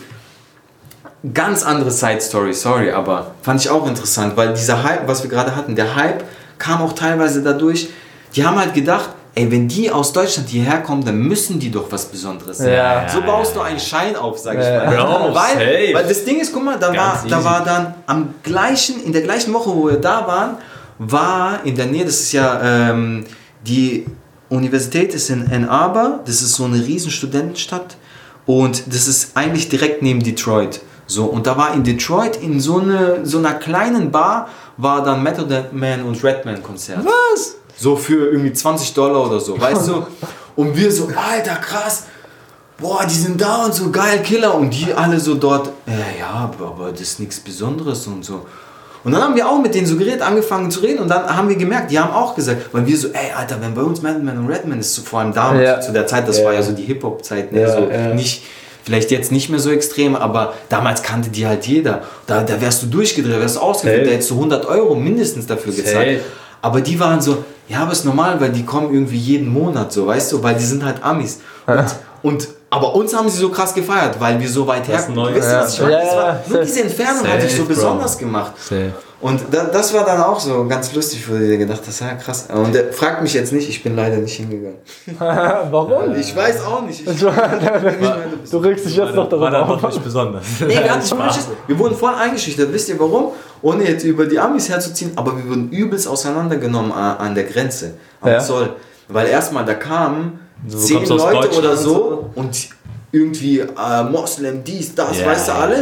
ganz andere Side Story, sorry, aber fand ich auch interessant, weil dieser Hype, was wir gerade hatten, der Hype, kam auch teilweise dadurch, die haben halt gedacht, ey, wenn die aus Deutschland hierher kommen, dann müssen die doch was Besonderes sein. Ja, so baust du einen Schein auf, sag ich ja. mal. Bro, weil, weil das Ding ist, guck mal, da war, da war dann am gleichen, in der gleichen Woche, wo wir da waren, war in der Nähe, das ist ja, ähm, die Universität ist in Ann Arbor, das ist so eine riesen Studentenstadt und das ist eigentlich direkt neben Detroit. So, und da war in Detroit in so, eine, so einer kleinen Bar war dann Method Man und Redman Konzert. Was? So für irgendwie zwanzig Dollar oder so, weißt du? Und wir so, Alter, krass, boah, die sind da und so, geil, Killer. Und die alle so dort, äh, ja, aber das ist nichts Besonderes und so. Und dann haben wir auch mit denen so geredet, angefangen zu reden und dann haben wir gemerkt, die haben auch gesagt, weil wir so, ey, Alter, wenn bei uns Method Man und Redman ist, so, vor allem damals, ja. zu der Zeit, das ja. war ja so die Hip-Hop-Zeit, ne? ja, so ja. nicht... Vielleicht jetzt nicht mehr so extrem, aber damals kannte die halt jeder. Da, da wärst du durchgedreht, wärst du ausgeflippt, da hättest du hundert Euro mindestens dafür gezahlt. Hey. Aber die waren so, ja, aber ist normal, weil die kommen irgendwie jeden Monat so, weißt du, weil die sind halt Amis. Und, und aber uns haben sie so krass gefeiert, weil wir so weit herkommen. Weißt du, was ich meine? Ja, ja, nur diese Entfernung hat dich so besonders Bro. gemacht. Safe. Und da, das war dann auch so ganz lustig, wo du dir gedacht hast, ja krass. Und der fragt mich jetzt nicht, ich bin leider nicht hingegangen. Warum? Ich weiß auch nicht. Ich du regst dich jetzt noch darüber auf. War dann nicht besonders. Nee, gar nicht. Wir wurden voll eingeschüchtert. Wisst ihr warum? Ohne jetzt über die Amis herzuziehen, aber wir wurden übelst auseinandergenommen an der Grenze, am ja. Zoll. Weil erstmal da kamen so, zehn Leute oder so und irgendwie äh, Moslem, dies, das, yeah, weißt du alles. Yeah.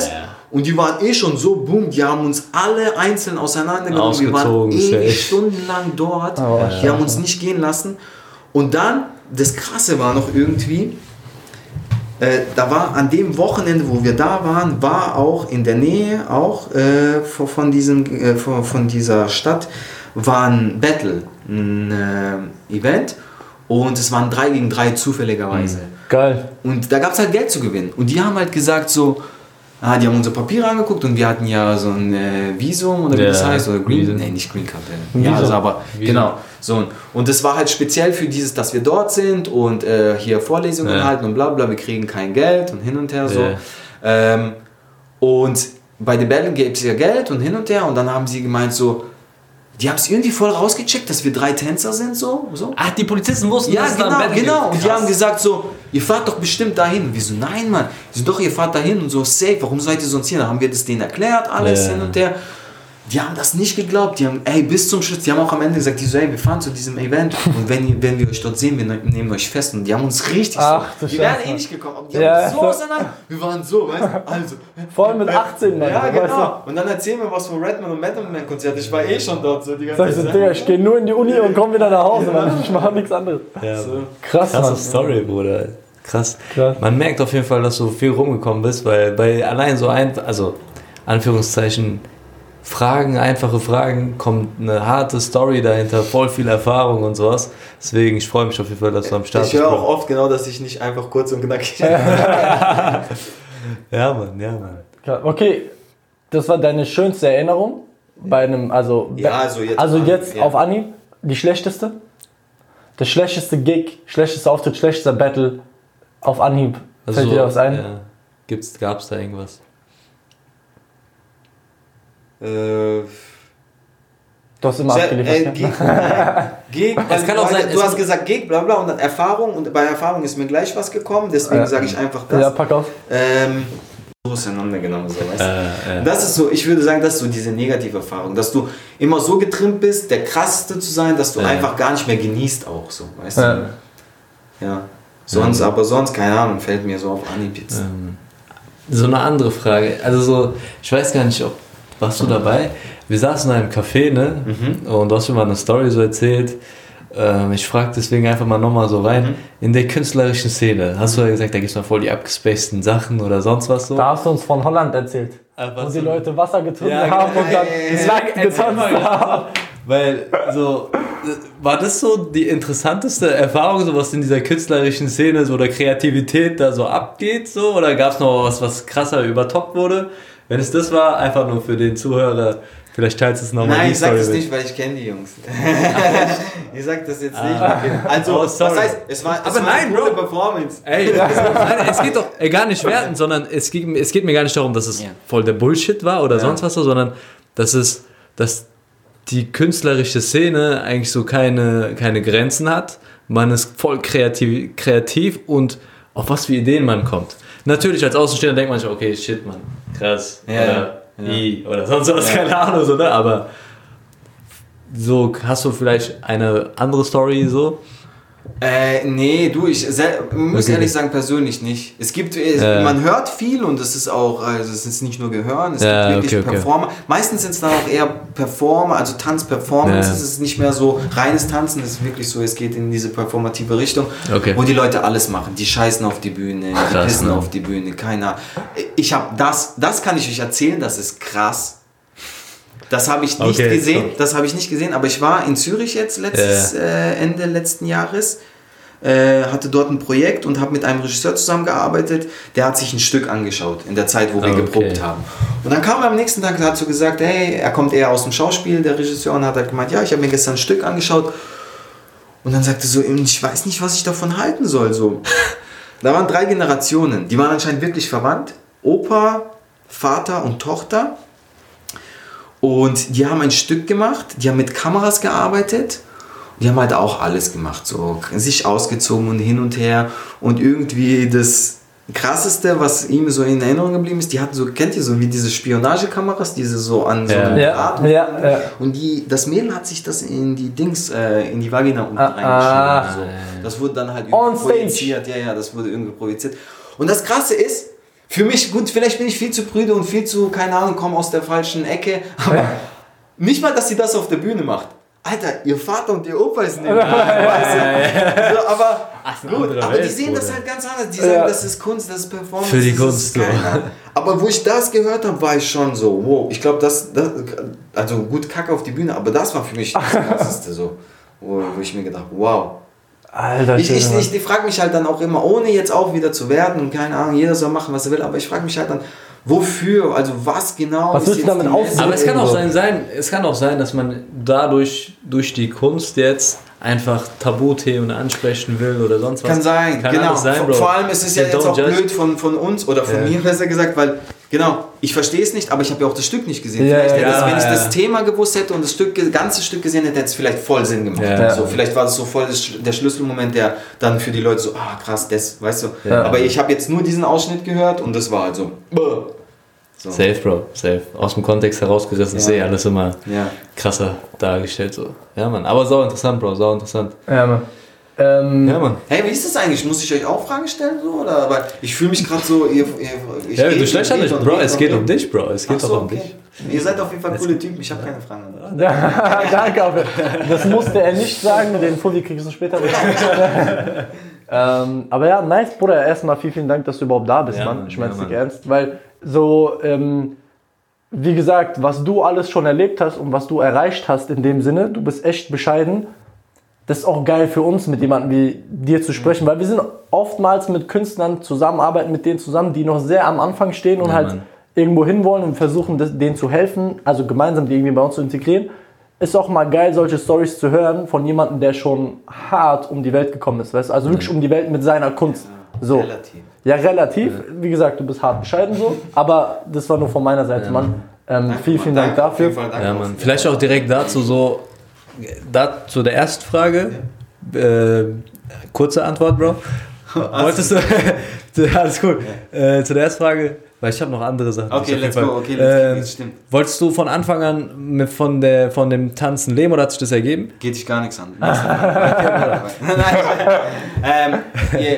Und die waren eh schon so, boom, die haben uns alle einzeln auseinandergenommen. Wir waren ewig stundenlang dort. Oh, die ja. haben uns nicht gehen lassen. Und dann, das Krasse war noch irgendwie, äh, da war an dem Wochenende, wo wir da waren, war auch in der Nähe, auch äh, von, diesem, äh, von, von dieser Stadt, war ein Battle, ein äh, Event. Und es waren drei gegen drei zufälligerweise. Mhm. Geil. Und da gab es halt Geld zu gewinnen. Und die haben halt gesagt so, ah, die haben unsere Papiere angeguckt und wir hatten ja so ein äh, Visum oder wie ja, das heißt, oder Green, nee, nicht Green Card, äh, ja, also aber Visum. Genau, so. Und das war halt speziell für dieses, dass wir dort sind und äh, hier Vorlesungen ja. halten und bla bla, wir kriegen kein Geld und hin und her so. Ja. Ähm, und bei The Battle gibt es ja Geld und hin und her und dann haben sie gemeint so, die haben es irgendwie voll rausgecheckt, dass wir drei Tänzer sind, so. so. Ach, die Polizisten wussten, ja, dass es genau, da ein Battle genau. gibt. Und die haben gesagt so, ihr fahrt doch bestimmt dahin. Und wir so, nein, Mann. Die so, doch, ihr fahrt dahin und so, safe. Warum seid ihr sonst hier? Dann haben wir das denen erklärt, alles yeah. hin und her. Die haben das nicht geglaubt. Die haben, ey, bis zum Schluss, die haben auch am Ende gesagt, die so, ey, wir fahren zu diesem Event und wenn, wenn wir euch dort sehen, wir nehmen euch fest. Und die haben uns richtig Ach, so, die wären eh nicht gekommen, aber die ja, haben so auseinander. Wir waren so, weißt du, also. Vor allem mit achtzehn, Mann. Ja, genau. Und dann erzählen wir was von Redman und Method Man Konzert. Ich war eh schon dort so die ganze Zeit. Sag ich so, Digga, ich gehe nur in die Uni und komme wieder nach Hause, ja. Mann. Ich mache nichts anderes. Ja, so. Krass, Krasse Mann. Story, Bruder. Krass. Krass. Man merkt auf jeden Fall, dass du viel rumgekommen bist, weil bei allein so ein, also Anführungszeichen, Fragen, einfache Fragen, kommt eine harte Story dahinter, voll viel Erfahrung und sowas. Deswegen, ich freue mich auf jeden Fall, dass du am Start bist. Ich höre auch oft genau, dass ich nicht einfach kurz und knackig bin. Ja, Mann, ja, Mann. Okay, das war deine schönste Erinnerung bei einem, also, ja, also jetzt, also jetzt ja. auf Anhieb, die schlechteste? Der schlechteste Gig, schlechtester Auftritt, schlechtester Battle auf Anhieb. Also, fällt dir was ein? Ja. Gibt's, gab's da irgendwas? Äh, du hast immer abgeliefert. Äh, Gig, Gig, es kann auch sein, du hast gesagt Gig, bla bla, und dann Erfahrung, und bei Erfahrung ist mir gleich was gekommen, deswegen äh, sage ich einfach das. Ja, pack auf. Ähm, so auseinandergenommen, so, weißt du? Äh, äh. Das ist so, ich würde sagen, das ist so diese negative Erfahrung, dass du immer so getrimmt bist, der krasseste zu sein, dass du äh. einfach gar nicht mehr genießt auch, so, weißt äh. du? Ja. Sonst, aber sonst, keine Ahnung, fällt mir so auf Anhieb jetzt. Ähm, so eine andere Frage, also so, ich weiß gar nicht, ob warst du dabei? Wir saßen in einem Café, ne? Mhm. Und du hast mir mal eine Story so erzählt. Ähm, ich frage deswegen einfach mal nochmal so rein. Mhm. In der künstlerischen Szene, hast du ja gesagt, da gibt es mal voll die abgespaceden Sachen oder sonst was so? Da hast du uns von Holland erzählt. Ah, wo die Leute Wasser getrunken ja, haben und dann ja, getanzt haben. Weil so, war das so die interessanteste Erfahrung, so was in dieser künstlerischen Szene so der Kreativität da so abgeht? So? Oder gab es noch was, was krasser übertoppt wurde? Wenn es das war, einfach nur für den Zuhörer, vielleicht teilst du es nochmal. Nein, ich sag das nicht, weil ich kenne die Jungs. Ich sag das jetzt nicht. Ah. Also, oh, das heißt, es war, es aber war nein, eine coole Performance. Ey, nein, es geht doch ey, gar nicht werten, sondern es geht, es geht mir gar nicht darum, dass es ja. voll der Bullshit war oder ja. sonst was so, sondern dass es, dass die künstlerische Szene eigentlich so keine, keine Grenzen hat. Man ist voll kreativ, kreativ und auf was für Ideen man kommt. Natürlich, als Außenstehender denkt man sich, okay, shit, Mann, krass, ja, oder ja. I, oder sonst was, ja. keine Ahnung, so, ne? Aber so, hast du vielleicht eine andere Story so? Äh, nee, du, ich sel- muss okay. ehrlich sagen, persönlich nicht. Es gibt, es, ja. man hört viel und es ist auch, also es ist nicht nur Gehören, es ja, gibt wirklich okay, okay. Performer. Meistens sind es dann auch eher Performer, also Tanzperformance. Ja. Es ist nicht mehr so reines Tanzen, es ist wirklich so, es geht in diese performative Richtung, okay. wo die Leute alles machen. Die scheißen auf die Bühne, die krass, pissen ne? auf die Bühne, keiner. Ich habe das, das kann ich euch erzählen, das ist krass. Das habe ich nicht okay, gesehen, so. das habe ich nicht gesehen, aber ich war in Zürich jetzt letztes ja. äh, Ende letzten Jahres, äh, hatte dort ein Projekt und habe mit einem Regisseur zusammengearbeitet, der hat sich ein Stück angeschaut in der Zeit, wo wir okay. geprobt haben. Und dann kam er am nächsten Tag und hat so gesagt, hey, er kommt eher aus dem Schauspiel, der Regisseur, und hat halt gemeint, ja, ich habe mir gestern ein Stück angeschaut. Und dann sagte er so, ich weiß nicht, was ich davon halten soll. So. Da waren drei Generationen, die waren anscheinend wirklich verwandt, Opa, Vater und Tochter. Und die haben ein Stück gemacht, die haben mit Kameras gearbeitet, die haben halt auch alles gemacht, so sich ausgezogen und hin und her. Und irgendwie das Krasseste, was ihm so in Erinnerung geblieben ist, die hatten so, kennt ihr so wie diese Spionagekameras, diese so an so ja. einem ja. Draht. Ja. Ja. Und die, das Mädel hat sich das in die Dings, äh, in die Vagina unten ah, reingeschrieben. So. Das wurde dann halt irgendwie projiziert. Ja, ja, das wurde irgendwie projiziert. Und das Krasse ist, für mich, gut, vielleicht bin ich viel zu prüde und viel zu, keine Ahnung, komme aus der falschen Ecke, aber nicht mal, dass sie das auf der Bühne macht. Alter, ihr Vater und ihr Opa ist nicht da, weißt du? So, aber Ach, gut, aber Welt, die sehen Bruder. Das halt ganz anders. Die sagen, ja. das ist Kunst, das ist Performance. Für die Kunst, so. Aber wo ich das gehört habe, war ich schon so, wow, ich glaube, das, das, also gut, Kacke auf die Bühne, aber das war für mich das Krasseste so, wo, wo ich mir gedacht, wow. Alter, ich ich, ich, ich frage mich halt dann auch immer, ohne jetzt auch wieder zu werden und keine Ahnung, jeder soll machen, was er will, aber ich frage mich halt dann, wofür, also was genau was ist jetzt damit aufsehen? Aber es kann auch sein, sein, es kann auch sein, dass man dadurch durch die Kunst jetzt einfach Tabuthemen ansprechen will oder sonst was. Kann sein, kann genau. Sein, Bro. Vor allem ist es ja jetzt auch judge. blöd von, von uns oder von yeah. mir besser gesagt, weil genau, ich verstehe es nicht, aber ich habe ja auch das Stück nicht gesehen. Ja, vielleicht ja, hätte es, wenn ja. ich das Thema gewusst hätte und das Stück, ganze Stück gesehen hätte, hätte es vielleicht voll Sinn gemacht. Ja. So, vielleicht war das so voll das, der Schlüsselmoment, der dann für die Leute so, ah krass, das, weißt du. Ja. Aber ich habe jetzt nur diesen Ausschnitt gehört und das war halt so. So. Safe, Bro, safe. Aus dem Kontext herausgerissen, ja. sehe alles immer ja. krasser dargestellt. So. Ja, Mann. Aber sau interessant, Bro, sau interessant. Ja, Mann. Ähm, ja, Mann. Hey, wie ist das eigentlich? Muss ich euch auch Fragen stellen? So, oder? Aber ich fühle mich gerade so. Ihr, ihr, ich ja, du stellst ja nicht, Bro. Es geht um dich, Bro. Es geht so, doch um okay. dich. Ihr seid auf jeden Fall coole Typen. Ich habe keine Fragen. Danke. Auch. Das musste er nicht sagen. Den Fully kriegst du später. ähm, aber ja, nice, Bruder. Erstmal vielen, vielen Dank, dass du überhaupt da bist, ja, Mann. Ich meine es ja, nicht ernst. Weil so, ähm, wie gesagt, was du alles schon erlebt hast und was du erreicht hast in dem Sinne, du bist echt bescheiden. Das ist auch geil für uns, mit jemandem wie dir zu sprechen, weil wir sind oftmals mit Künstlern zusammenarbeiten, mit denen zusammen, die noch sehr am Anfang stehen und ja, halt Mann. irgendwo hinwollen und versuchen, denen zu helfen, also gemeinsam die irgendwie bei uns zu integrieren. Ist auch mal geil, solche Storys zu hören von jemandem, der schon hart um die Welt gekommen ist, weißt? Also wirklich um die Welt mit seiner Kunst. So. Relativ. Ja, relativ. Ja. Wie gesagt, du bist hart bescheiden so, aber das war nur von meiner Seite, ja, Mann. Ähm, danke, vielen, vielen Dank danke, dafür. Danke, ja, Mann. Vielleicht auch direkt dazu so, da, zu der ersten Frage, ja. äh, kurze Antwort, Bro. Wolltest du, alles cool, ja. äh, zu der ersten Frage, weil ich habe noch andere Sachen. Okay, let's go, okay, let's äh, stimmt. Wolltest du von Anfang an mit, von, der, von dem Tanzen leben oder hat sich das ergeben? Geht dich gar nichts an. Nein, ähm, yeah.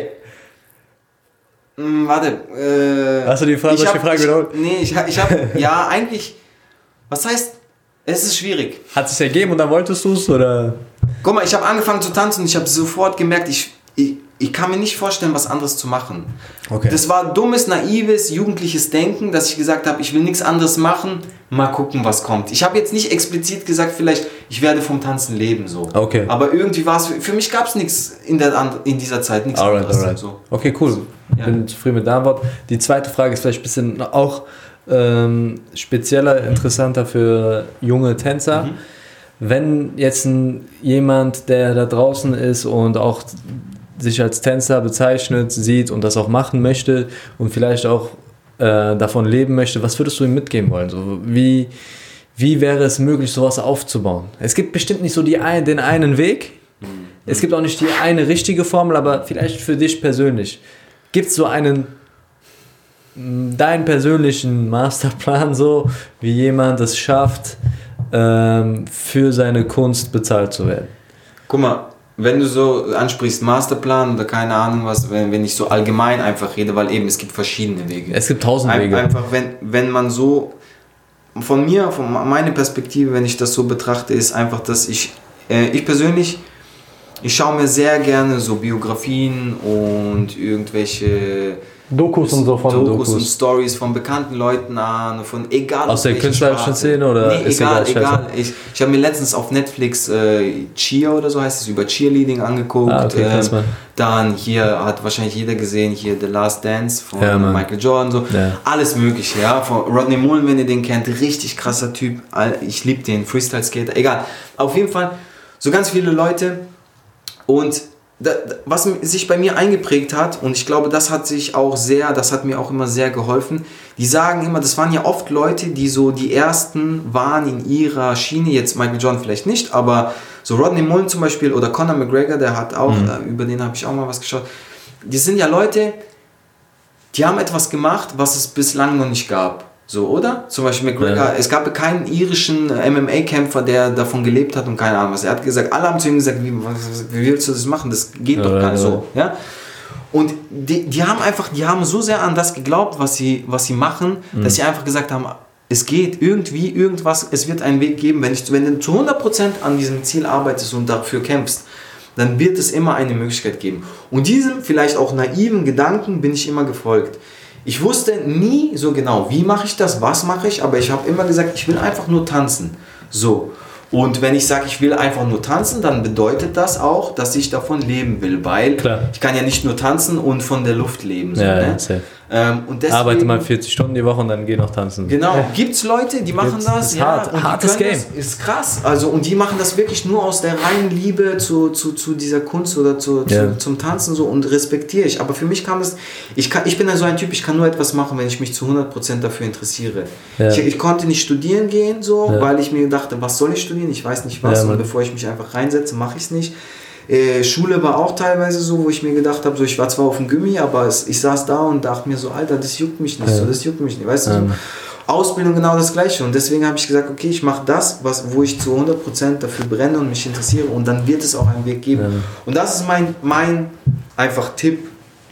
Hm, warte. Äh, Hast du die Frage, hab, die Frage ich, wiederholt? Nee, ich, ich habe, ja, eigentlich, was heißt, es ist schwierig. Hat es sich ergeben und dann wolltest du es, oder? Guck mal, ich habe angefangen zu tanzen und ich habe sofort gemerkt, ich, ich, ich kann mir nicht vorstellen, was anderes zu machen. Okay. Das war dummes, naives, jugendliches Denken, dass ich gesagt habe, ich will nichts anderes machen, mal gucken, was kommt. Ich habe jetzt nicht explizit gesagt, vielleicht, ich werde vom Tanzen leben, so. Okay. Aber irgendwie war es, für mich gab es nichts in, der, in dieser Zeit, nichts alright, anderes. Alright. So. Okay, cool. Ja. Bin zufrieden mit der Antwort. Die zweite Frage ist vielleicht ein bisschen auch ähm, spezieller, interessanter für junge Tänzer. Mhm. Wenn jetzt ein, jemand, der da draußen ist und auch sich als Tänzer bezeichnet, sieht und das auch machen möchte und vielleicht auch äh, davon leben möchte, was würdest du ihm mitgeben wollen? So, wie, wie wäre es möglich, sowas aufzubauen? Es gibt bestimmt nicht so die ein, den einen Weg. Mhm. Es gibt auch nicht die eine richtige Formel, aber vielleicht für dich persönlich. Gibt es so einen, deinen persönlichen Masterplan, so wie jemand es schafft, ähm, für seine Kunst bezahlt zu werden? Guck mal, wenn du so ansprichst, Masterplan oder keine Ahnung was, wenn, wenn ich so allgemein einfach rede, weil eben es gibt verschiedene Wege. Es gibt tausend Wege. Einfach, wenn, wenn man so, von mir, von meiner Perspektive, wenn ich das so betrachte, ist einfach, dass ich, äh, ich persönlich, ich schaue mir sehr gerne so Biografien und irgendwelche Dokus und so von Dokus, Dokus und Stories von bekannten Leuten an, von egal aus der künstlerischen Szene oder nee, ist egal, egal, egal. Ich, ich habe mir letztens auf Netflix äh, Cheer oder so heißt es, über Cheerleading angeguckt. Ah, okay, ähm, dann hier hat wahrscheinlich jeder gesehen, hier The Last Dance von ja, Michael Jordan, so ja. Alles mögliche, ja. Von Rodney Mullen, wenn ihr den kennt, richtig krasser Typ. Ich liebe den, Freestyle Skater, egal. Auf jeden Fall so ganz viele Leute. Und da, was sich bei mir eingeprägt hat, und ich glaube, das hat sich auch sehr, das hat mir auch immer sehr geholfen, die sagen immer, das waren ja oft Leute, die so die Ersten waren in ihrer Schiene, jetzt Michael Jordan vielleicht nicht, aber so Rodney Mullen zum Beispiel oder Conor McGregor, der hat auch, mhm. äh, über den habe ich auch mal was geschaut, die sind ja Leute, die haben etwas gemacht, was es bislang noch nicht gab. So, oder? Zum Beispiel McGregor, ja. Es gab keinen irischen M M A-Kämpfer, der davon gelebt hat und keine Ahnung was. Er hat gesagt, alle haben zu ihm gesagt, wie, wie willst du das machen? Das geht ja, doch gar nicht ja. so. Ja? Und die, die haben einfach, die haben so sehr an das geglaubt, was sie, was sie machen, mhm. dass sie einfach gesagt haben, es geht irgendwie, irgendwas, es wird einen Weg geben. Wenn, ich, wenn du zu hundert Prozent an diesem Ziel arbeitest und dafür kämpfst, dann wird es immer eine Möglichkeit geben. Und diesem vielleicht auch naiven Gedanken bin ich immer gefolgt. Ich wusste nie so genau, wie mache ich das, was mache ich, aber ich habe immer gesagt, ich will einfach nur tanzen. So. Und wenn ich sage, ich will einfach nur tanzen, dann bedeutet das auch, dass ich davon leben will, weil Klar. ich kann ja nicht nur tanzen und von der Luft leben. So, ja, ne? ja, ähm, und deswegen, arbeite mal vierzig Stunden die Woche und dann geh noch tanzen. Genau, ja. Gibt es Leute, die machen Gibt's, das, ist ja, hart, und hartes Game. Das, ist krass, also und die machen das wirklich nur aus der reinen Liebe zu, zu, zu dieser Kunst oder zu, ja. zu, zum Tanzen so und respektiere ich. Aber für mich kam es, ich, kann, ich bin ja so ein Typ, ich kann nur etwas machen, wenn ich mich zu hundert Prozent dafür interessiere. Ja. Ich, ich konnte nicht studieren gehen, so, ja. weil ich mir dachte, was soll ich studieren, ich weiß nicht was, ja, und bevor ich mich einfach reinsetze, mache ich es nicht. Äh, Schule war auch teilweise so, wo ich mir gedacht habe, so, ich war zwar auf dem Gymmi, aber es, ich saß da und dachte mir so, Alter, das juckt mich nicht, ja. so, das juckt mich nicht, weißt du, so. Ausbildung genau das Gleiche und deswegen habe ich gesagt, okay, ich mache das, was, wo ich zu hundert Prozent dafür brenne und mich interessiere und dann wird es auch einen Weg geben. Ja. Und das ist mein, mein einfach Tipp,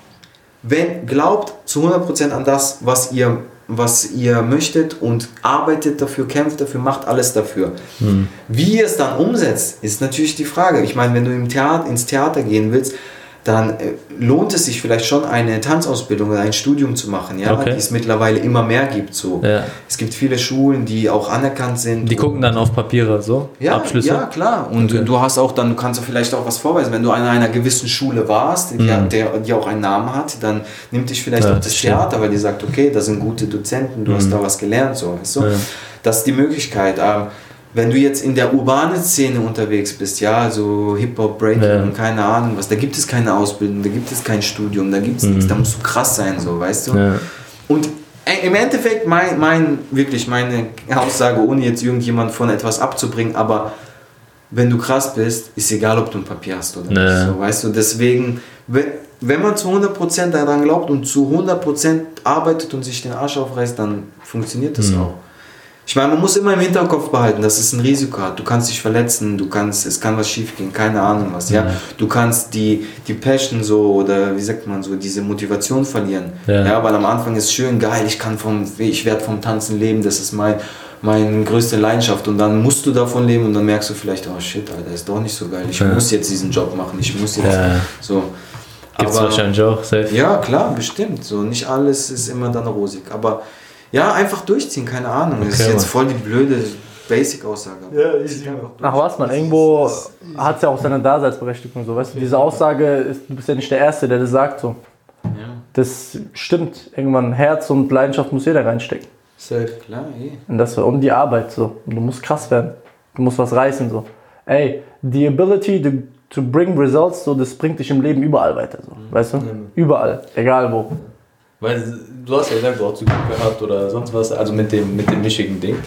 wenn, glaubt zu hundert Prozent an das, was ihr was ihr möchtet und arbeitet dafür, kämpft dafür, macht alles dafür. Hm. Wie ihr es dann umsetzt, ist natürlich die Frage. Ich meine, wenn du im Theater, ins Theater gehen willst, dann äh, lohnt es sich vielleicht schon, eine Tanzausbildung oder ein Studium zu machen, ja? Okay. Die es mittlerweile immer mehr gibt. So. Ja. Es gibt viele Schulen, die auch anerkannt sind. Die gucken dann auf Papiere, so? Ja, Abschlüsse? Ja, klar. Und okay. du hast auch dann, du kannst auch vielleicht auch was vorweisen. Wenn du an einer gewissen Schule warst, die, mhm. der, die auch einen Namen hat, dann nimmt dich vielleicht ja, auch das Theater, stimmt. weil die sagt, okay, da sind gute Dozenten, du mhm. hast da was gelernt. So, weißt du? Ja. Das ist die Möglichkeit. Ähm, Wenn du jetzt in der urbanen Szene unterwegs bist, ja, also Hip-Hop, Breaking ja. und keine Ahnung was, da gibt es keine Ausbildung, da gibt es kein Studium, da gibt es mhm. nichts, da musst du krass sein, so, weißt du? Ja. Und im Endeffekt, mein, mein, wirklich meine Aussage, ohne jetzt irgendjemand von etwas abzubringen, aber wenn du krass bist, ist egal, ob du ein Papier hast oder ja. nicht, so, weißt du? Deswegen, wenn, wenn man zu hundert Prozent daran glaubt und zu hundert Prozent arbeitet und sich den Arsch aufreißt, dann funktioniert das mhm. auch. Ich meine, man muss immer im Hinterkopf behalten, dass es ein Risiko hat. Du kannst dich verletzen, du kannst, es kann was schief gehen, keine Ahnung was. Ja? ja. Du kannst die, die Passion so oder wie sagt man so, diese Motivation verlieren. Ja. Ja, weil am Anfang ist schön, geil, ich kann vom, ich werde vom Tanzen leben, das ist mein, meine größte Leidenschaft. Und dann musst du davon leben und dann merkst du vielleicht, oh shit, Alter, ist doch nicht so geil. Ich ja. muss jetzt diesen Job machen, ich muss jetzt ja. so. Gibt's aber, wahrscheinlich auch, safe. Ja, klar, bestimmt. So, nicht alles ist immer dann rosig, aber ja, einfach durchziehen, keine Ahnung. Okay, das ist jetzt voll die blöde Basic-Aussage. Ja, ich Ach was, man, irgendwo hat es ja auch seine Daseinsberechtigung. So, weißt du, diese Aussage, ist, du bist ja nicht der Erste, der das sagt. So. Ja. Das stimmt. Irgendwann Herz und Leidenschaft muss jeder reinstecken. Safe, klar, eh. Und, das, und die Arbeit, so. Und du musst krass werden. Du musst was reißen, so. Ey, the ability to, to bring results, so, das bringt dich im Leben überall weiter, so. Mhm. Weißt du? Mhm. Überall. Egal wo. Weil du hast ja gesagt, du hast zu Glück gehabt oder sonst was, also mit dem, mit dem mischigen Ding.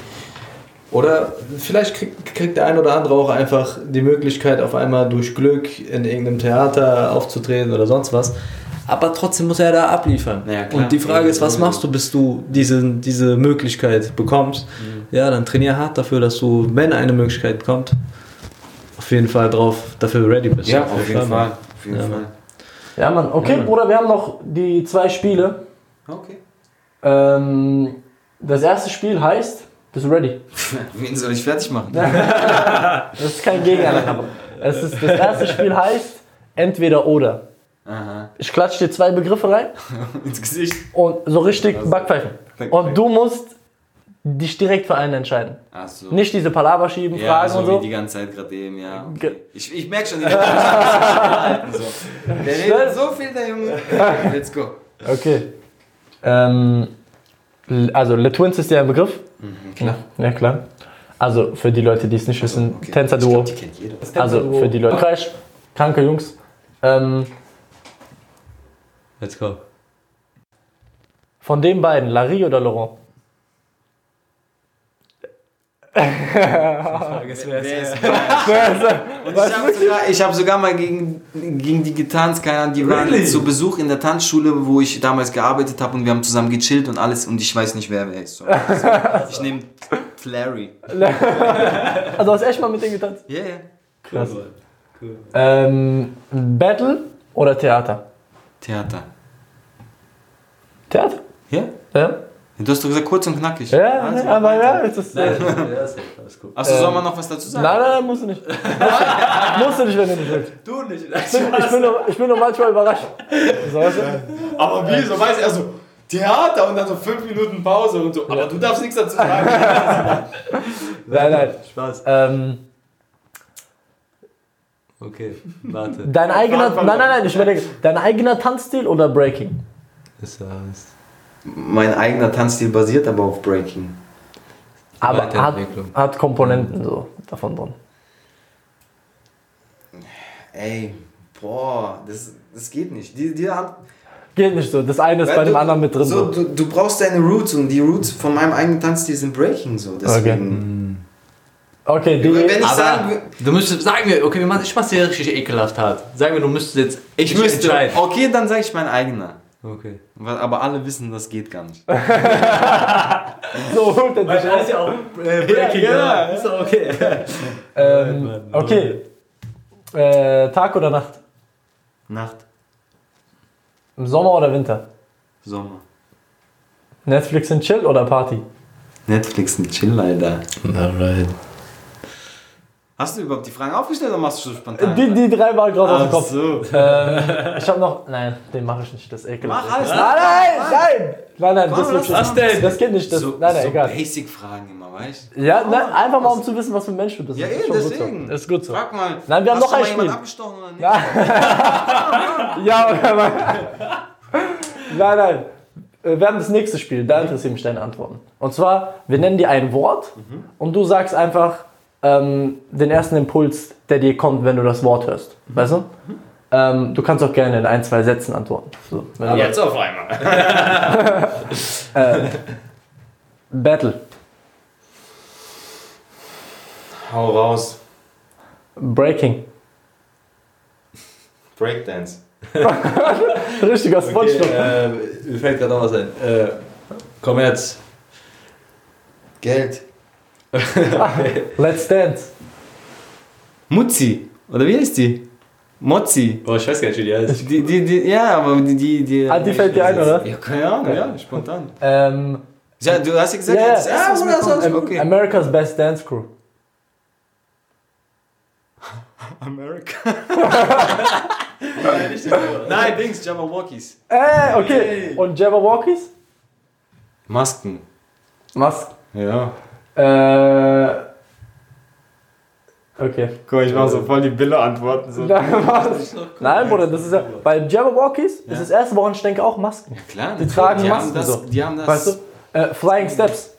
Oder vielleicht kriegt, kriegt der ein oder andere auch einfach die Möglichkeit, auf einmal durch Glück in irgendeinem Theater aufzutreten oder sonst was. Aber trotzdem muss er da abliefern. Ja, und die Frage ist, was machst du, bis du diese, diese Möglichkeit bekommst? Mhm. Ja, dann trainier hart dafür, dass du, wenn eine Möglichkeit kommt, auf jeden Fall drauf dafür ready bist. Ja, auf, auf jeden Fall. Fall. Auf jeden ja. Fall. Ja, Mann. Okay, ja, Bruder, wir haben noch die zwei Spiele. Okay. Ähm, das erste Spiel heißt, bist du ready? Wen soll ich fertig machen? Das ist kein Gegeneinander. Es ist, das erste Spiel heißt entweder oder. Aha. Ich klatsche dir zwei Begriffe rein. Ins Gesicht. Und so richtig also, Backpfeifen. Und du musst dich direkt für einen entscheiden. Ach so. Nicht diese Palaver schieben, ja, Fragen so und so. Wie die ganze Zeit gerade eben, ja. Okay. Ich, ich merke schon, die ganze so. Der redet so viel, der Junge. Let's go. Okay. Ähm, also, Le Twins ist ja ein Begriff. Mhm, klar. Ja, klar. Also, für die Leute, die es nicht wissen, okay. Tänzer-Duo. Die kennt jeder. Also, für die Leute. Frankreich, kranke Jungs. Ähm, Let's go. Von den beiden, Larry oder Laurent? Frage ist, wer ist wer? Und ich habe sogar, ich hab sogar mal gegen, gegen die getanzt, keine Ahnung, die waren really? zu Besuch in der Tanzschule, wo ich damals gearbeitet habe und wir haben zusammen gechillt und alles und ich weiß nicht, wer wer ist. So. Also, ich nehme Larry. Also hast du echt mal mit denen getanzt? Ja, yeah, ja. Yeah. Krass. Cool. Ähm, Battle oder Theater? Theater. Theater? Ja? Ja. Du hast doch gesagt, kurz und knackig. Ja, also, ja aber ja, ist das. Nein, ja, ist alles gut. Achso, ähm, soll man noch was dazu sagen? Nein, nein, nein, musst du nicht. musst du nicht, wenn du nicht willst. Du nicht. Ich bin, ich bin, nur, ich bin nur manchmal überrascht. So, weißt du? Aber wie? So weiß er so, Theater und dann so fünf Minuten Pause und so. Aber du darfst nichts dazu sagen. Nein, nein. Spaß. Ähm, okay, warte. Dein eigener. Nein, nein, nein, ich überlege. Dein eigener Tanzstil oder Breaking? Das heißt. Mein eigener Tanzstil basiert aber auf Breaking. Aber hat, hat Komponenten so davon drin. Ey, boah, das, das geht nicht. Die, die haben, geht nicht so. Das eine ist bei du, dem anderen mit drin. So, so. Du, du brauchst deine Roots und die Roots von meinem eigenen Tanzstil sind Breaking so. Deswegen. Okay. Okay, die, wenn ich aber sagen, du müsstest, sagen wir, okay, ich mach's dir richtig ekelhaft hart. Sagen wir, du müsstest jetzt. Ich müsste. Entscheiden. Okay, dann sage ich mein eigener. Okay. Aber alle wissen, das geht gar nicht. so holt er sich ist ja auch äh, Breaking. Ja, ja, ist doch okay. ähm, okay. Äh, Tag oder Nacht? Nacht. Im Sommer oder Winter? Sommer. Netflix und Chill oder Party? Netflix und Chill, Alter. Alright. Hast du überhaupt die Fragen aufgestellt oder machst du so spontan? Die, die drei waren gerade aus dem Kopf. So. Ähm, ich hab noch. Nein, den mache ich nicht. Das ist ekelhaft. Mach alles. Nein, nein, nein! Nein, nein, das, was, das, das, das geht nicht. Das, so, nein, nein, so egal. Basic-Fragen immer, weißt du? Ja, nein, einfach mal um zu wissen, was für ein Mensch du bist. Ja, das ist eben, schon deswegen. Gut so. Das ist gut so. Frag mal. Nein, wir haben hast noch ein du mal Spiel. jemand abgestochen oder nicht? Ja, aber. Nein, nein. Wir haben das nächste Spiel. Da interessieren mich deine Antworten. Und zwar, wir nennen dir ein Wort mhm. und du sagst einfach ähm, den ersten Impuls, der dir kommt, wenn du das Wort hörst. Mhm. Weißt du? Mhm. Ähm, du kannst auch gerne in ein, zwei Sätzen antworten. So, wenn jetzt auf einmal. äh, Battle. Hau raus. Breaking. Breakdance. Richtiger Spongebob. Okay, äh, mir fällt gerade noch was ein. Äh, Kommerz. Geld. Let's Dance. Muzzi. Oder wie heißt die? Mozzi. Oh, ich weiß gar nicht, wie die heißt. Die, die, die, ja, aber die... die, die ah, die fällt dir ein, oder? Ja, keine Ahnung, ja, spontan. Ähm, ja, du hast ja gesagt, yeah, das erste, was mir kommt. Okay. America's Best Dance Crew. America. Nein, nicht Nein, Dings, Jabberwockies. Äh, okay. Hey. Und Jabberwockies? Masken. Masken? Ja. Äh... Okay. Guck mal, ich mache so voll die Bille-Antworten. So. Nein, Bruder, das ist ja... Bei Jabberwockies ja. ist das erste, woran ich denke, auch Masken. Ja klar. Die tragen die Masken haben das, so. Die haben das... Weißt du? Äh, Flying Steps.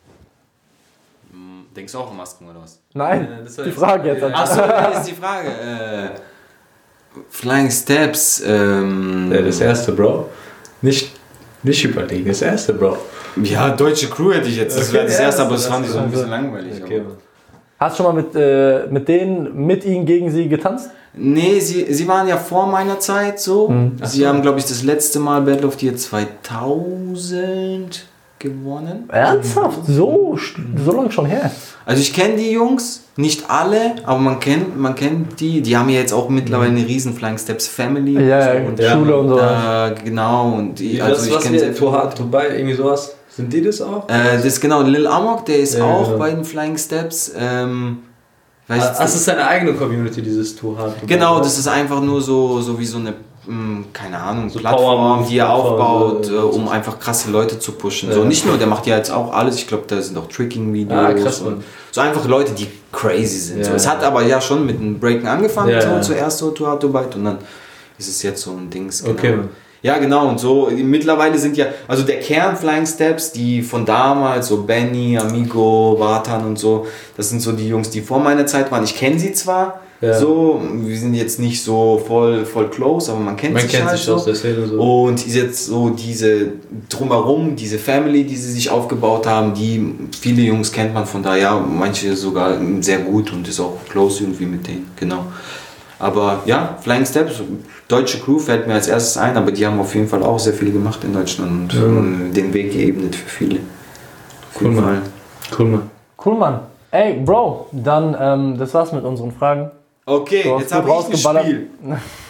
Denkst du auch an Masken oder was? Nein, ja, das die Frage jetzt. Achso, das ist die Frage. Äh, Flying Steps. Ähm, ja, das erste, Bro. Nicht, nicht überlegen, das erste, Bro. Ja, deutsche Crew hätte ich jetzt. Das okay, wäre das ja, erste, aber das das fand ich so ein bisschen also, langweilig. Okay. Hast du schon mal mit, äh, mit denen, mit ihnen gegen sie getanzt? Nee, sie, sie waren ja vor meiner Zeit so. Mhm. Sie so. haben, glaube ich, das letzte Mal Battle of the Year zweitausend gewonnen. Ernsthaft? So, so lange schon her? Also ich kenne die Jungs, nicht alle, aber man kennt, man kennt die. Die haben ja jetzt auch mittlerweile eine riesen Flying Steps Family. Ja, so. und Schule ja, und so. Äh, genau. Und die, also das, ich kenne sie. Too Hard to Buy, irgendwie sowas. Sind die das auch? Äh, das ist genau, Lil Amok, der ist ja, auch ja. bei den Flying Steps. Ähm, weiß ah, das ist seine eigene Community, dieses Too Hard to Buy. Genau, das ist einfach nur so, so wie so eine, mh, keine Ahnung, so Plattform, die er aufbaut, äh, um einfach krasse Leute zu pushen. Ja. So, nicht nur, der macht ja jetzt auch alles, ich glaube, da sind auch Tricking-Videos. Ah, krass, und so einfach Leute, die crazy sind. Ja. So, es hat aber ja schon mit dem Breaken angefangen, ja, so, ja. zuerst so Too Hard to Bite und dann ist es jetzt so ein Dings. Genau. Okay. Ja, genau, und so, mittlerweile sind ja, also der Kern Flying Steps, die von damals, so Benny, Amigo, Vatan und so, das sind so die Jungs, die vor meiner Zeit waren. Ich kenne sie zwar, ja. so, wir sind jetzt nicht so voll, voll close, aber man kennt man sich kennt halt sich so. aus der Szene so. Und jetzt so diese drumherum, diese Family, die sie sich aufgebaut haben, die, viele Jungs kennt man von daher, manche sogar sehr gut und ist auch close irgendwie mit denen, genau. Aber ja, Flying Steps, deutsche Crew fällt mir als erstes ein, aber die haben auf jeden Fall auch sehr viel gemacht in Deutschland und ja. den Weg geebnet für viele. Cool, Mann. Cool, Mann. Cool, Mann. Ey, Bro, dann, ähm, das war's mit unseren Fragen. Okay, jetzt habe ich ein Spiel.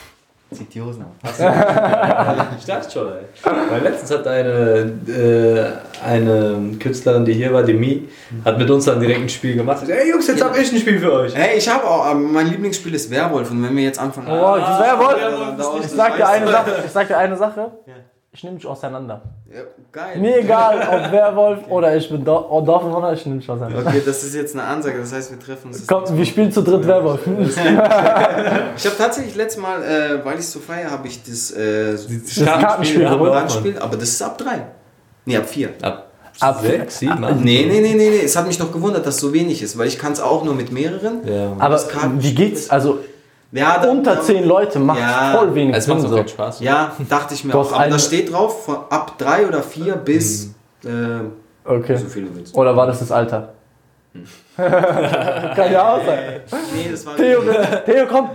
Zieht die Hosen auf. Ich dachte schon, ey. Weil letztens hat eine, äh, eine Künstlerin, die hier war, die Mi, hat mit uns dann direkt ein Spiel gemacht. Ey Jungs, jetzt ja. hab ich ein Spiel für euch. Hey, ich habe auch, mein Lieblingsspiel ist Werwolf und wenn wir jetzt anfangen... Oh, ah, das Werwolf? Werwolf ich, sag dir eine Sache, ich sag dir eine Sache. Ja. Ich nehme dich auseinander. Ja, geil. Mir egal, ob Werwolf okay. oder ich bin Dorfbewohner, ich nehme dich auseinander. Okay, das ist jetzt eine Ansage, das heißt, wir treffen uns. Komm, wir spielen zu dritt Werwolf. Ich habe tatsächlich letztes Mal, äh, weil ich es so feiere, habe ich das, äh, das, das Kartenspiel, Kartenspiel, aber das ist ab drei. Nee, ab vier. Ab Ab sechs, sieben? Nee, nee, nee, nee, nee. Es hat mich doch gewundert, dass es so wenig ist, weil ich kann es auch nur mit mehreren. Ja. Aber wie geht's? Also ja, da, unter zehn Leute macht ja, voll wenig Sinn. Es macht so Spaß. Ja, dachte ich mir auch. Aber da steht drauf, von ab drei oder vier bis mhm. äh, okay. so viele willst. Oder war das das Alter? Hm. Kann ja auch sein. Nee, das war Theo, Theo, komm!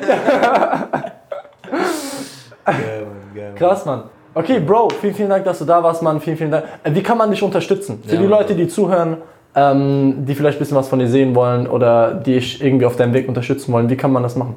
Krass, Mann. Okay, Bro, vielen, vielen Dank, dass du da warst, Mann. Vielen, vielen Dank. Wie kann man dich unterstützen? Für ja, die Leute, die zuhören, ähm, die vielleicht ein bisschen was von dir sehen wollen oder die dich irgendwie auf deinem Weg unterstützen wollen, wie kann man das machen?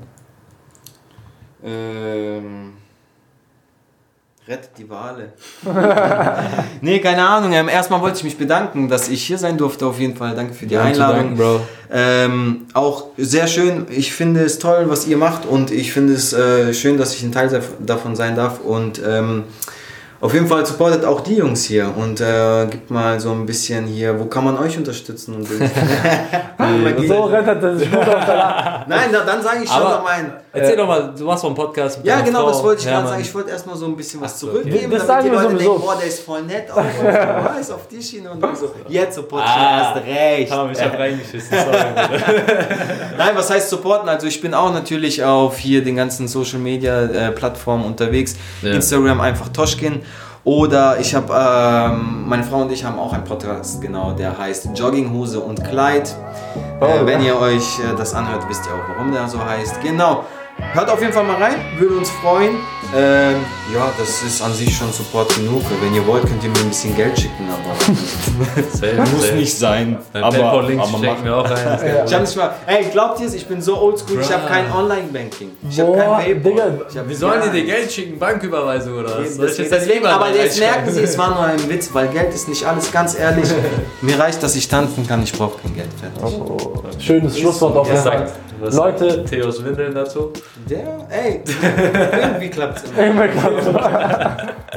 Ähm, rettet die Wale. Nee, keine Ahnung. Ähm, erstmal wollte ich mich bedanken, dass ich hier sein durfte. Auf jeden Fall. Danke für die ja, Einladung. Danken, Bro. Ähm, auch sehr schön. Ich finde es toll, was ihr macht und ich finde es äh, schön, dass ich ein Teil davon sein darf. Und ähm, auf jeden Fall supportet auch die Jungs hier und äh, gibt mal so ein bisschen hier, wo kann man euch unterstützen? Und so rettet das sich gut auf der Nein, da, dann sage ich schon noch mein... Erzähl äh, doch mal, du machst mal einen Podcast mit Ja, genau, Frau. das wollte ich ja, gerade sagen. Ich wollte erstmal so ein bisschen was zurückgeben, das damit die Leute denken, boah, der ist voll nett auch und so, ist auf die Schiene und so. Jetzt supporten ah, erst recht. Komm, ich hab reingeschissen, sorry. Nein, was heißt supporten? Also ich bin auch natürlich auf hier den ganzen Social Media äh, Plattformen unterwegs. Ja. Instagram einfach Toschkin. Oder ich habe, ähm, meine Frau und ich haben auch einen Podcast, genau, der heißt Jogginghose und Kleid. Oh, äh, wenn ihr euch äh, das anhört, wisst ihr auch, warum der so heißt. Genau. Hört auf jeden Fall mal rein, würde uns freuen. Ähm, ja, das ist an sich schon Support genug. Wenn ihr wollt, könnt ihr mir ein bisschen Geld schicken, aber sehr, muss sehr. nicht sein. Beim aber aber machen wir auch rein. Ja. Ich hab nicht mal, ey, glaubt ihr es, ich bin so oldschool, ich habe kein Online-Banking. Ich habe kein PayPal. Ich hab Wie sollen die dir Geld schicken? Banküberweisung oder was? Deswegen, deswegen, aber jetzt merken sie, es war nur ein Witz, weil Geld ist nicht alles, ganz ehrlich. Mir reicht, dass ich tanzen kann, ich brauche kein Geld. Fertig. Oh, schönes Schlusswort auf jeden Fall. Leute, Theos Windeln dazu? Der, ey, irgendwie klappt's immer. Irgendwie klappt's immer.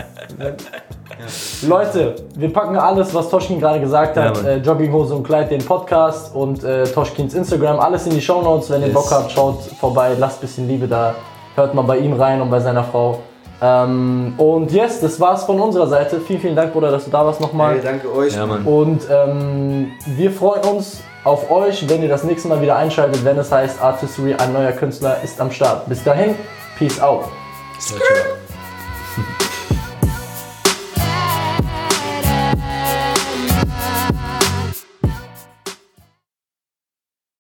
Leute, wir packen alles, was Toschkin gerade gesagt hat, ja, äh, Jogginghose und Kleid, den Podcast und äh, Toschkins Instagram, alles in die Shownotes. Wenn yes. ihr Bock habt, schaut vorbei, lasst ein bisschen Liebe da, hört mal bei ihm rein und bei seiner Frau. Ähm, und yes, das war's von unserer Seite. Vielen, vielen Dank, Bruder, dass du da warst nochmal. Hey, danke euch. Ja, Mann. Und ähm, wir freuen uns auf euch, wenn ihr das nächste Mal wieder einschaltet, wenn es heißt Artistry, ein neuer Künstler ist am Start. Bis dahin, peace out. Skirt.